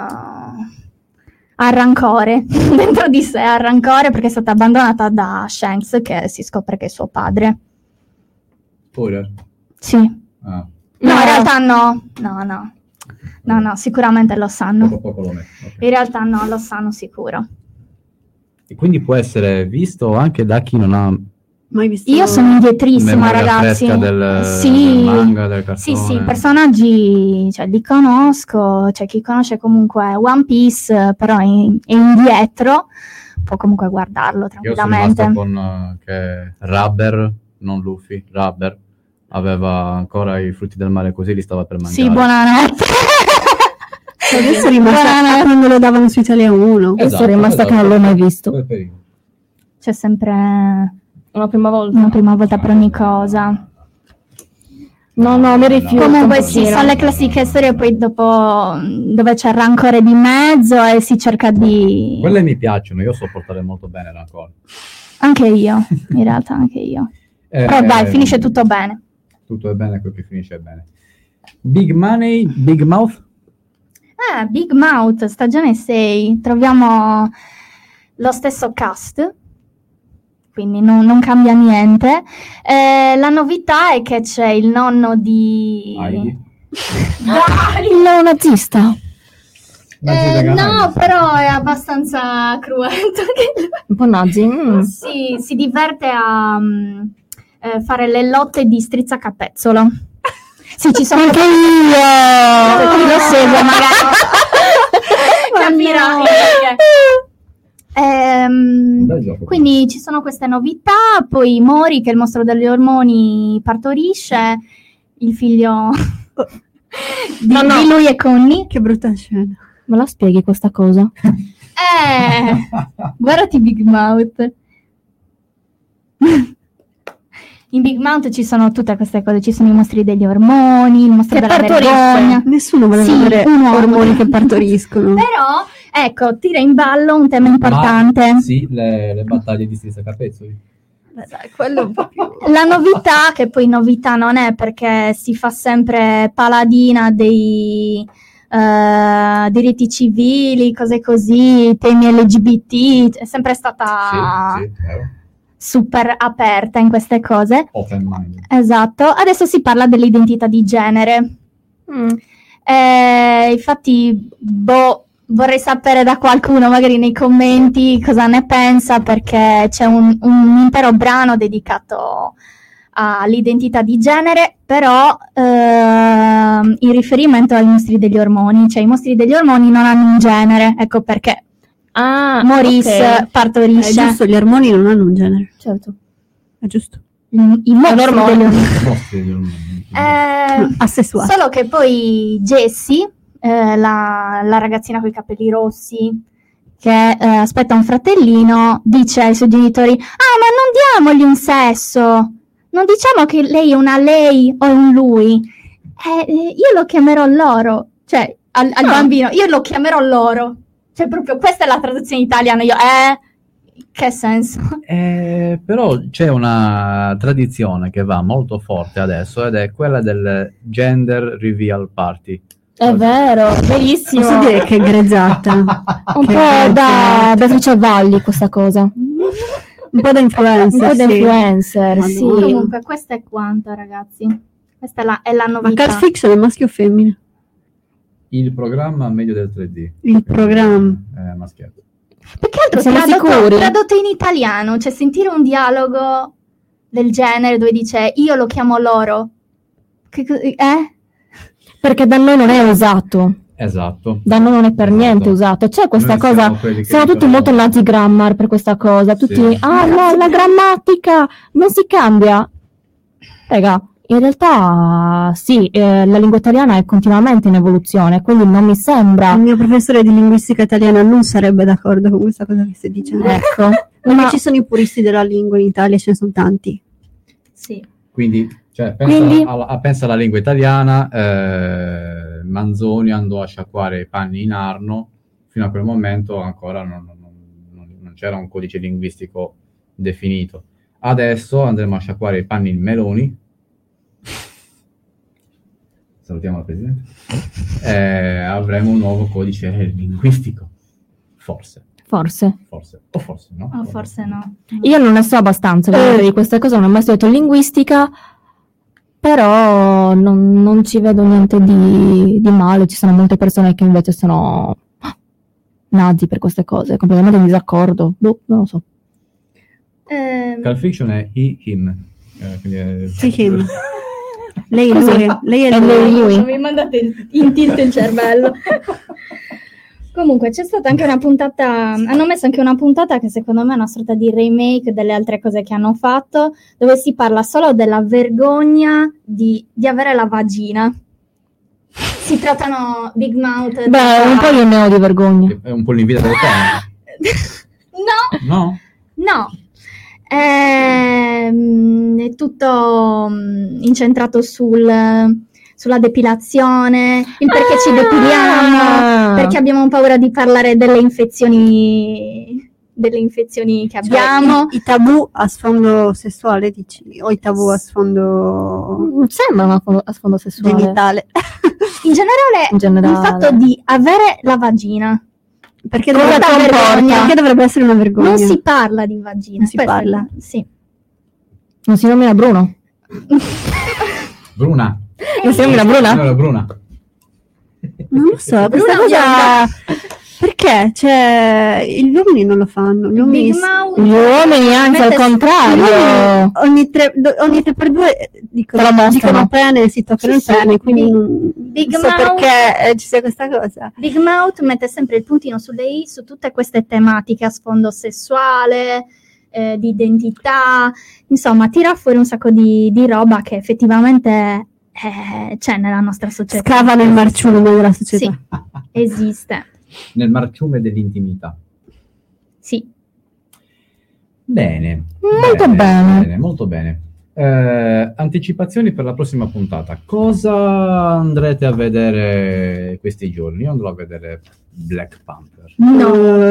rancore dentro di sé, ha rancore perché è stata abbandonata da Shanks, che si scopre che è suo padre. Spoiler? Sì. Ah. No, in realtà no, sicuramente lo sanno. Poco lo metto. Okay. In realtà no, lo sanno sicuro. E quindi può essere visto anche da chi non ha mai visto. Io sono indietrissima, memoria ragazzi. fresca del manga, del cartone. Sì, i personaggi, cioè, li conosco, cioè chi conosce comunque One Piece, però è indietro, può comunque guardarlo tranquillamente. Io sono rimasto con che Rubber, non Luffy, Rubber aveva ancora i frutti del mare così li stava per mangiare. Sì, buonanotte. Adesso è rimasta quando lo davano su Italia 1. Adesso è rimasta che non l'ho mai visto. C'è sempre una prima volta per ogni cosa. No, mi rifiuto. Comunque sì, sono le classiche storie poi dopo dove c'è il rancore di mezzo e si cerca di... Quelle mi piacciono, io so portare molto bene il rancore. Anche io, in realtà anche io. Però dai, finisce tutto bene. Tutto è bene, quel che finisce bene. Big Money, Big Mouth? Big Mouth, stagione 6. Troviamo lo stesso cast, quindi non cambia niente. La novità è che c'è il nonno di... Heidi? Il neonazista. No, però è abbastanza cruento. Un po' nazi. Sì, si diverte a fare le lotte di strizzacapezzolo. Sì, ci sono anche io. Chi lo segue magari capirà. Quindi ci sono queste novità. Poi Mori, che è il mostro degli ormoni, partorisce il figlio di lui e Connie. Che brutta scena. Me la spieghi questa cosa? Guardati Big Mouth. In Big Mouth ci sono tutte queste cose, ci sono i mostri degli ormoni, il mostro della vergogna. Nessuno vuole avere ormoni che partoriscono. Però, ecco, tira in ballo un tema importante. Sì, le battaglie di strizza capezzoli. Dai, quello un po' più... La novità, che poi novità non è perché si fa sempre paladina dei diritti civili, cose così, temi LGBT, è sempre stata super aperta in queste cose. Open mind. Esatto. Adesso si parla dell'identità di genere. Infatti, vorrei sapere da qualcuno, magari nei commenti, cosa ne pensa, perché c'è un intero brano dedicato all'identità di genere, però in riferimento ai mostri degli ormoni. Cioè, i mostri degli ormoni non hanno un genere, ecco perché Maurice partorisce. È giusto, gli ormoni non hanno un genere. Certo. È giusto. I mostri degli ormoni. Asessuali. Solo che poi Jessie, la ragazzina con i capelli rossi, che aspetta un fratellino, dice ai suoi genitori: ma non diamogli un sesso, non diciamo che lei è una lei o un lui, io lo chiamerò loro, cioè al bambino io lo chiamerò loro, cioè proprio questa è la traduzione italiana. Io che senso? Però c'è una tradizione che va molto forte adesso, ed è quella del gender reveal party. È vero, bellissimo. Posso dire che è grezzata. Un po' da Beatrice Valli questa cosa. Un po' da influencer. Un po' da influencer, sì. Comunque, questa è quanta, ragazzi. Questa è la novità. Ma Cult Fiction è maschio o femmina? Il programma meglio del 3D. Il programma. Maschietto. Perché altro tradotto in italiano, cioè sentire un dialogo del genere dove dice io lo chiamo loro. Perché da noi non è usato. Esatto. Da noi non è per niente usato. C'è questa cosa. Sono tutti molto nazi grammar per questa cosa. Tutti, no, la grammatica non si cambia. Raga, in realtà sì, la lingua italiana è continuamente in evoluzione, quindi non mi sembra. Il mio professore di linguistica italiana non sarebbe d'accordo con questa cosa che stai dicendo. Ecco. Ma ci sono i puristi della lingua in Italia, ce ne sono tanti. Sì. Quindi, pensa alla lingua italiana, Manzoni andò a sciacquare i panni in Arno, fino a quel momento ancora non c'era un codice linguistico definito. Adesso andremo a sciacquare i panni in Meloni. Salutiamo la Presidente. Avremo un nuovo codice linguistico. Forse. O forse no. O forse no. Io non ne so abbastanza di queste cose, non ho mai studiato linguistica, però non ci vedo niente di male. Ci sono molte persone che invece sono nazi per queste cose, completamente in disaccordo. Non lo so. Cult Fiction è he, him. Him. Lei è lui. Mi mandate in tilt il cervello. Comunque c'è stata anche una puntata, hanno messo anche una puntata che secondo me è una sorta di remake delle altre cose che hanno fatto, dove si parla solo della vergogna di avere la vagina. Si trattano Big Mouth. Un po' io ne ho di vergogna. È un po' l'invidia delle donne. No. È tutto incentrato sulla depilazione, il perché ci depiliamo, perché abbiamo paura di parlare delle infezioni che abbiamo. I tabù a sfondo sessuale, dici? O i tabù a sfondo... Sembra a sfondo sessuale. Genitale. In generale, il fatto di avere la vagina. Perché dovrebbe essere una vergogna? Non si parla di vagina. Non si parla? Sì. Non si nomina Bruno? Bruna. Non si nomina Bruna? No, Bruna. Non lo so, questa cosa... Perché? Cioè, gli uomini non lo fanno. Gli uomini, anzi, al contrario. Ogni 3x2 dicono pene, si toccano il pene, quindi non so perché ci sia questa cosa. Big Mouth mette sempre il puntino sulle i su tutte queste tematiche a sfondo sessuale, di identità, insomma, tira fuori un sacco di roba che effettivamente c'è nella nostra società. Scava nel marciume della società. Sì, esiste. Nel marciume dell'intimità. Sì. Molto Molto bene. Anticipazioni per la prossima puntata. Cosa andrete a vedere questi giorni? Io andrò a vedere Black Panther. No,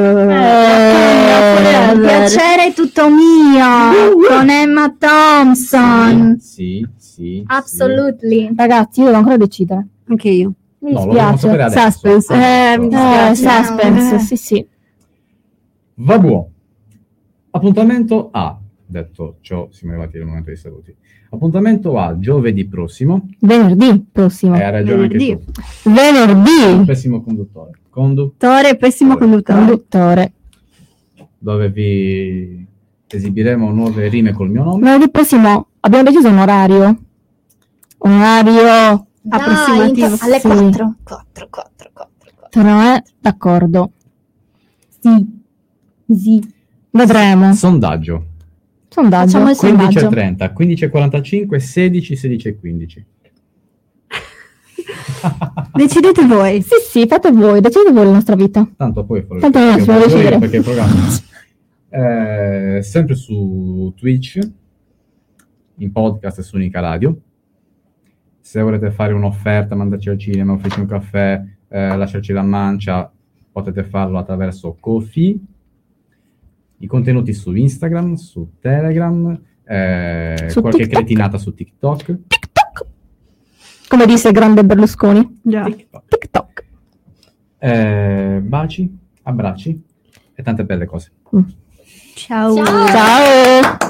il piacere è tutto mio con Emma Thompson. Sì. Absolutely. Ragazzi, io devo ancora decidere. Anche io. Mi No, lo dobbiamo dispiace. sapere adesso. Suspense. Mi dispiace. Suspense, sì. Vabbè. Appuntamento a, detto ciò, siamo arrivati al momento dei saluti. Appuntamento a giovedì prossimo. Venerdì prossimo. Hai ragione anche tu. Venerdì. Pessimo conduttore. Pessimo conduttore. Dove vi esibiremo nuove rime col mio nome. Venerdì prossimo abbiamo deciso un orario. Un orario approssimativo. Alle Sì. 4. Non è d'accordo. Sì. Vedremo. Sondaggio. Facciamo il sondaggio. 15:30, 15:45, 16:15. Decidete voi. Sì, fate voi, decidete voi la nostra vita. Tanto poi farò Tanto noi dobbiamo decidere. perché il programma sempre su Twitch, in podcast e su Unica Radio. Se volete fare un'offerta, mandarci al cinema, offrirci un caffè, lasciarci la mancia, potete farlo attraverso Ko-fi. I contenuti su Instagram, su Telegram, Su qualche TikTok. cretinata su TikTok. Come disse il grande Berlusconi. Già. TikTok. Baci, abbracci e tante belle cose. Ciao. Ciao.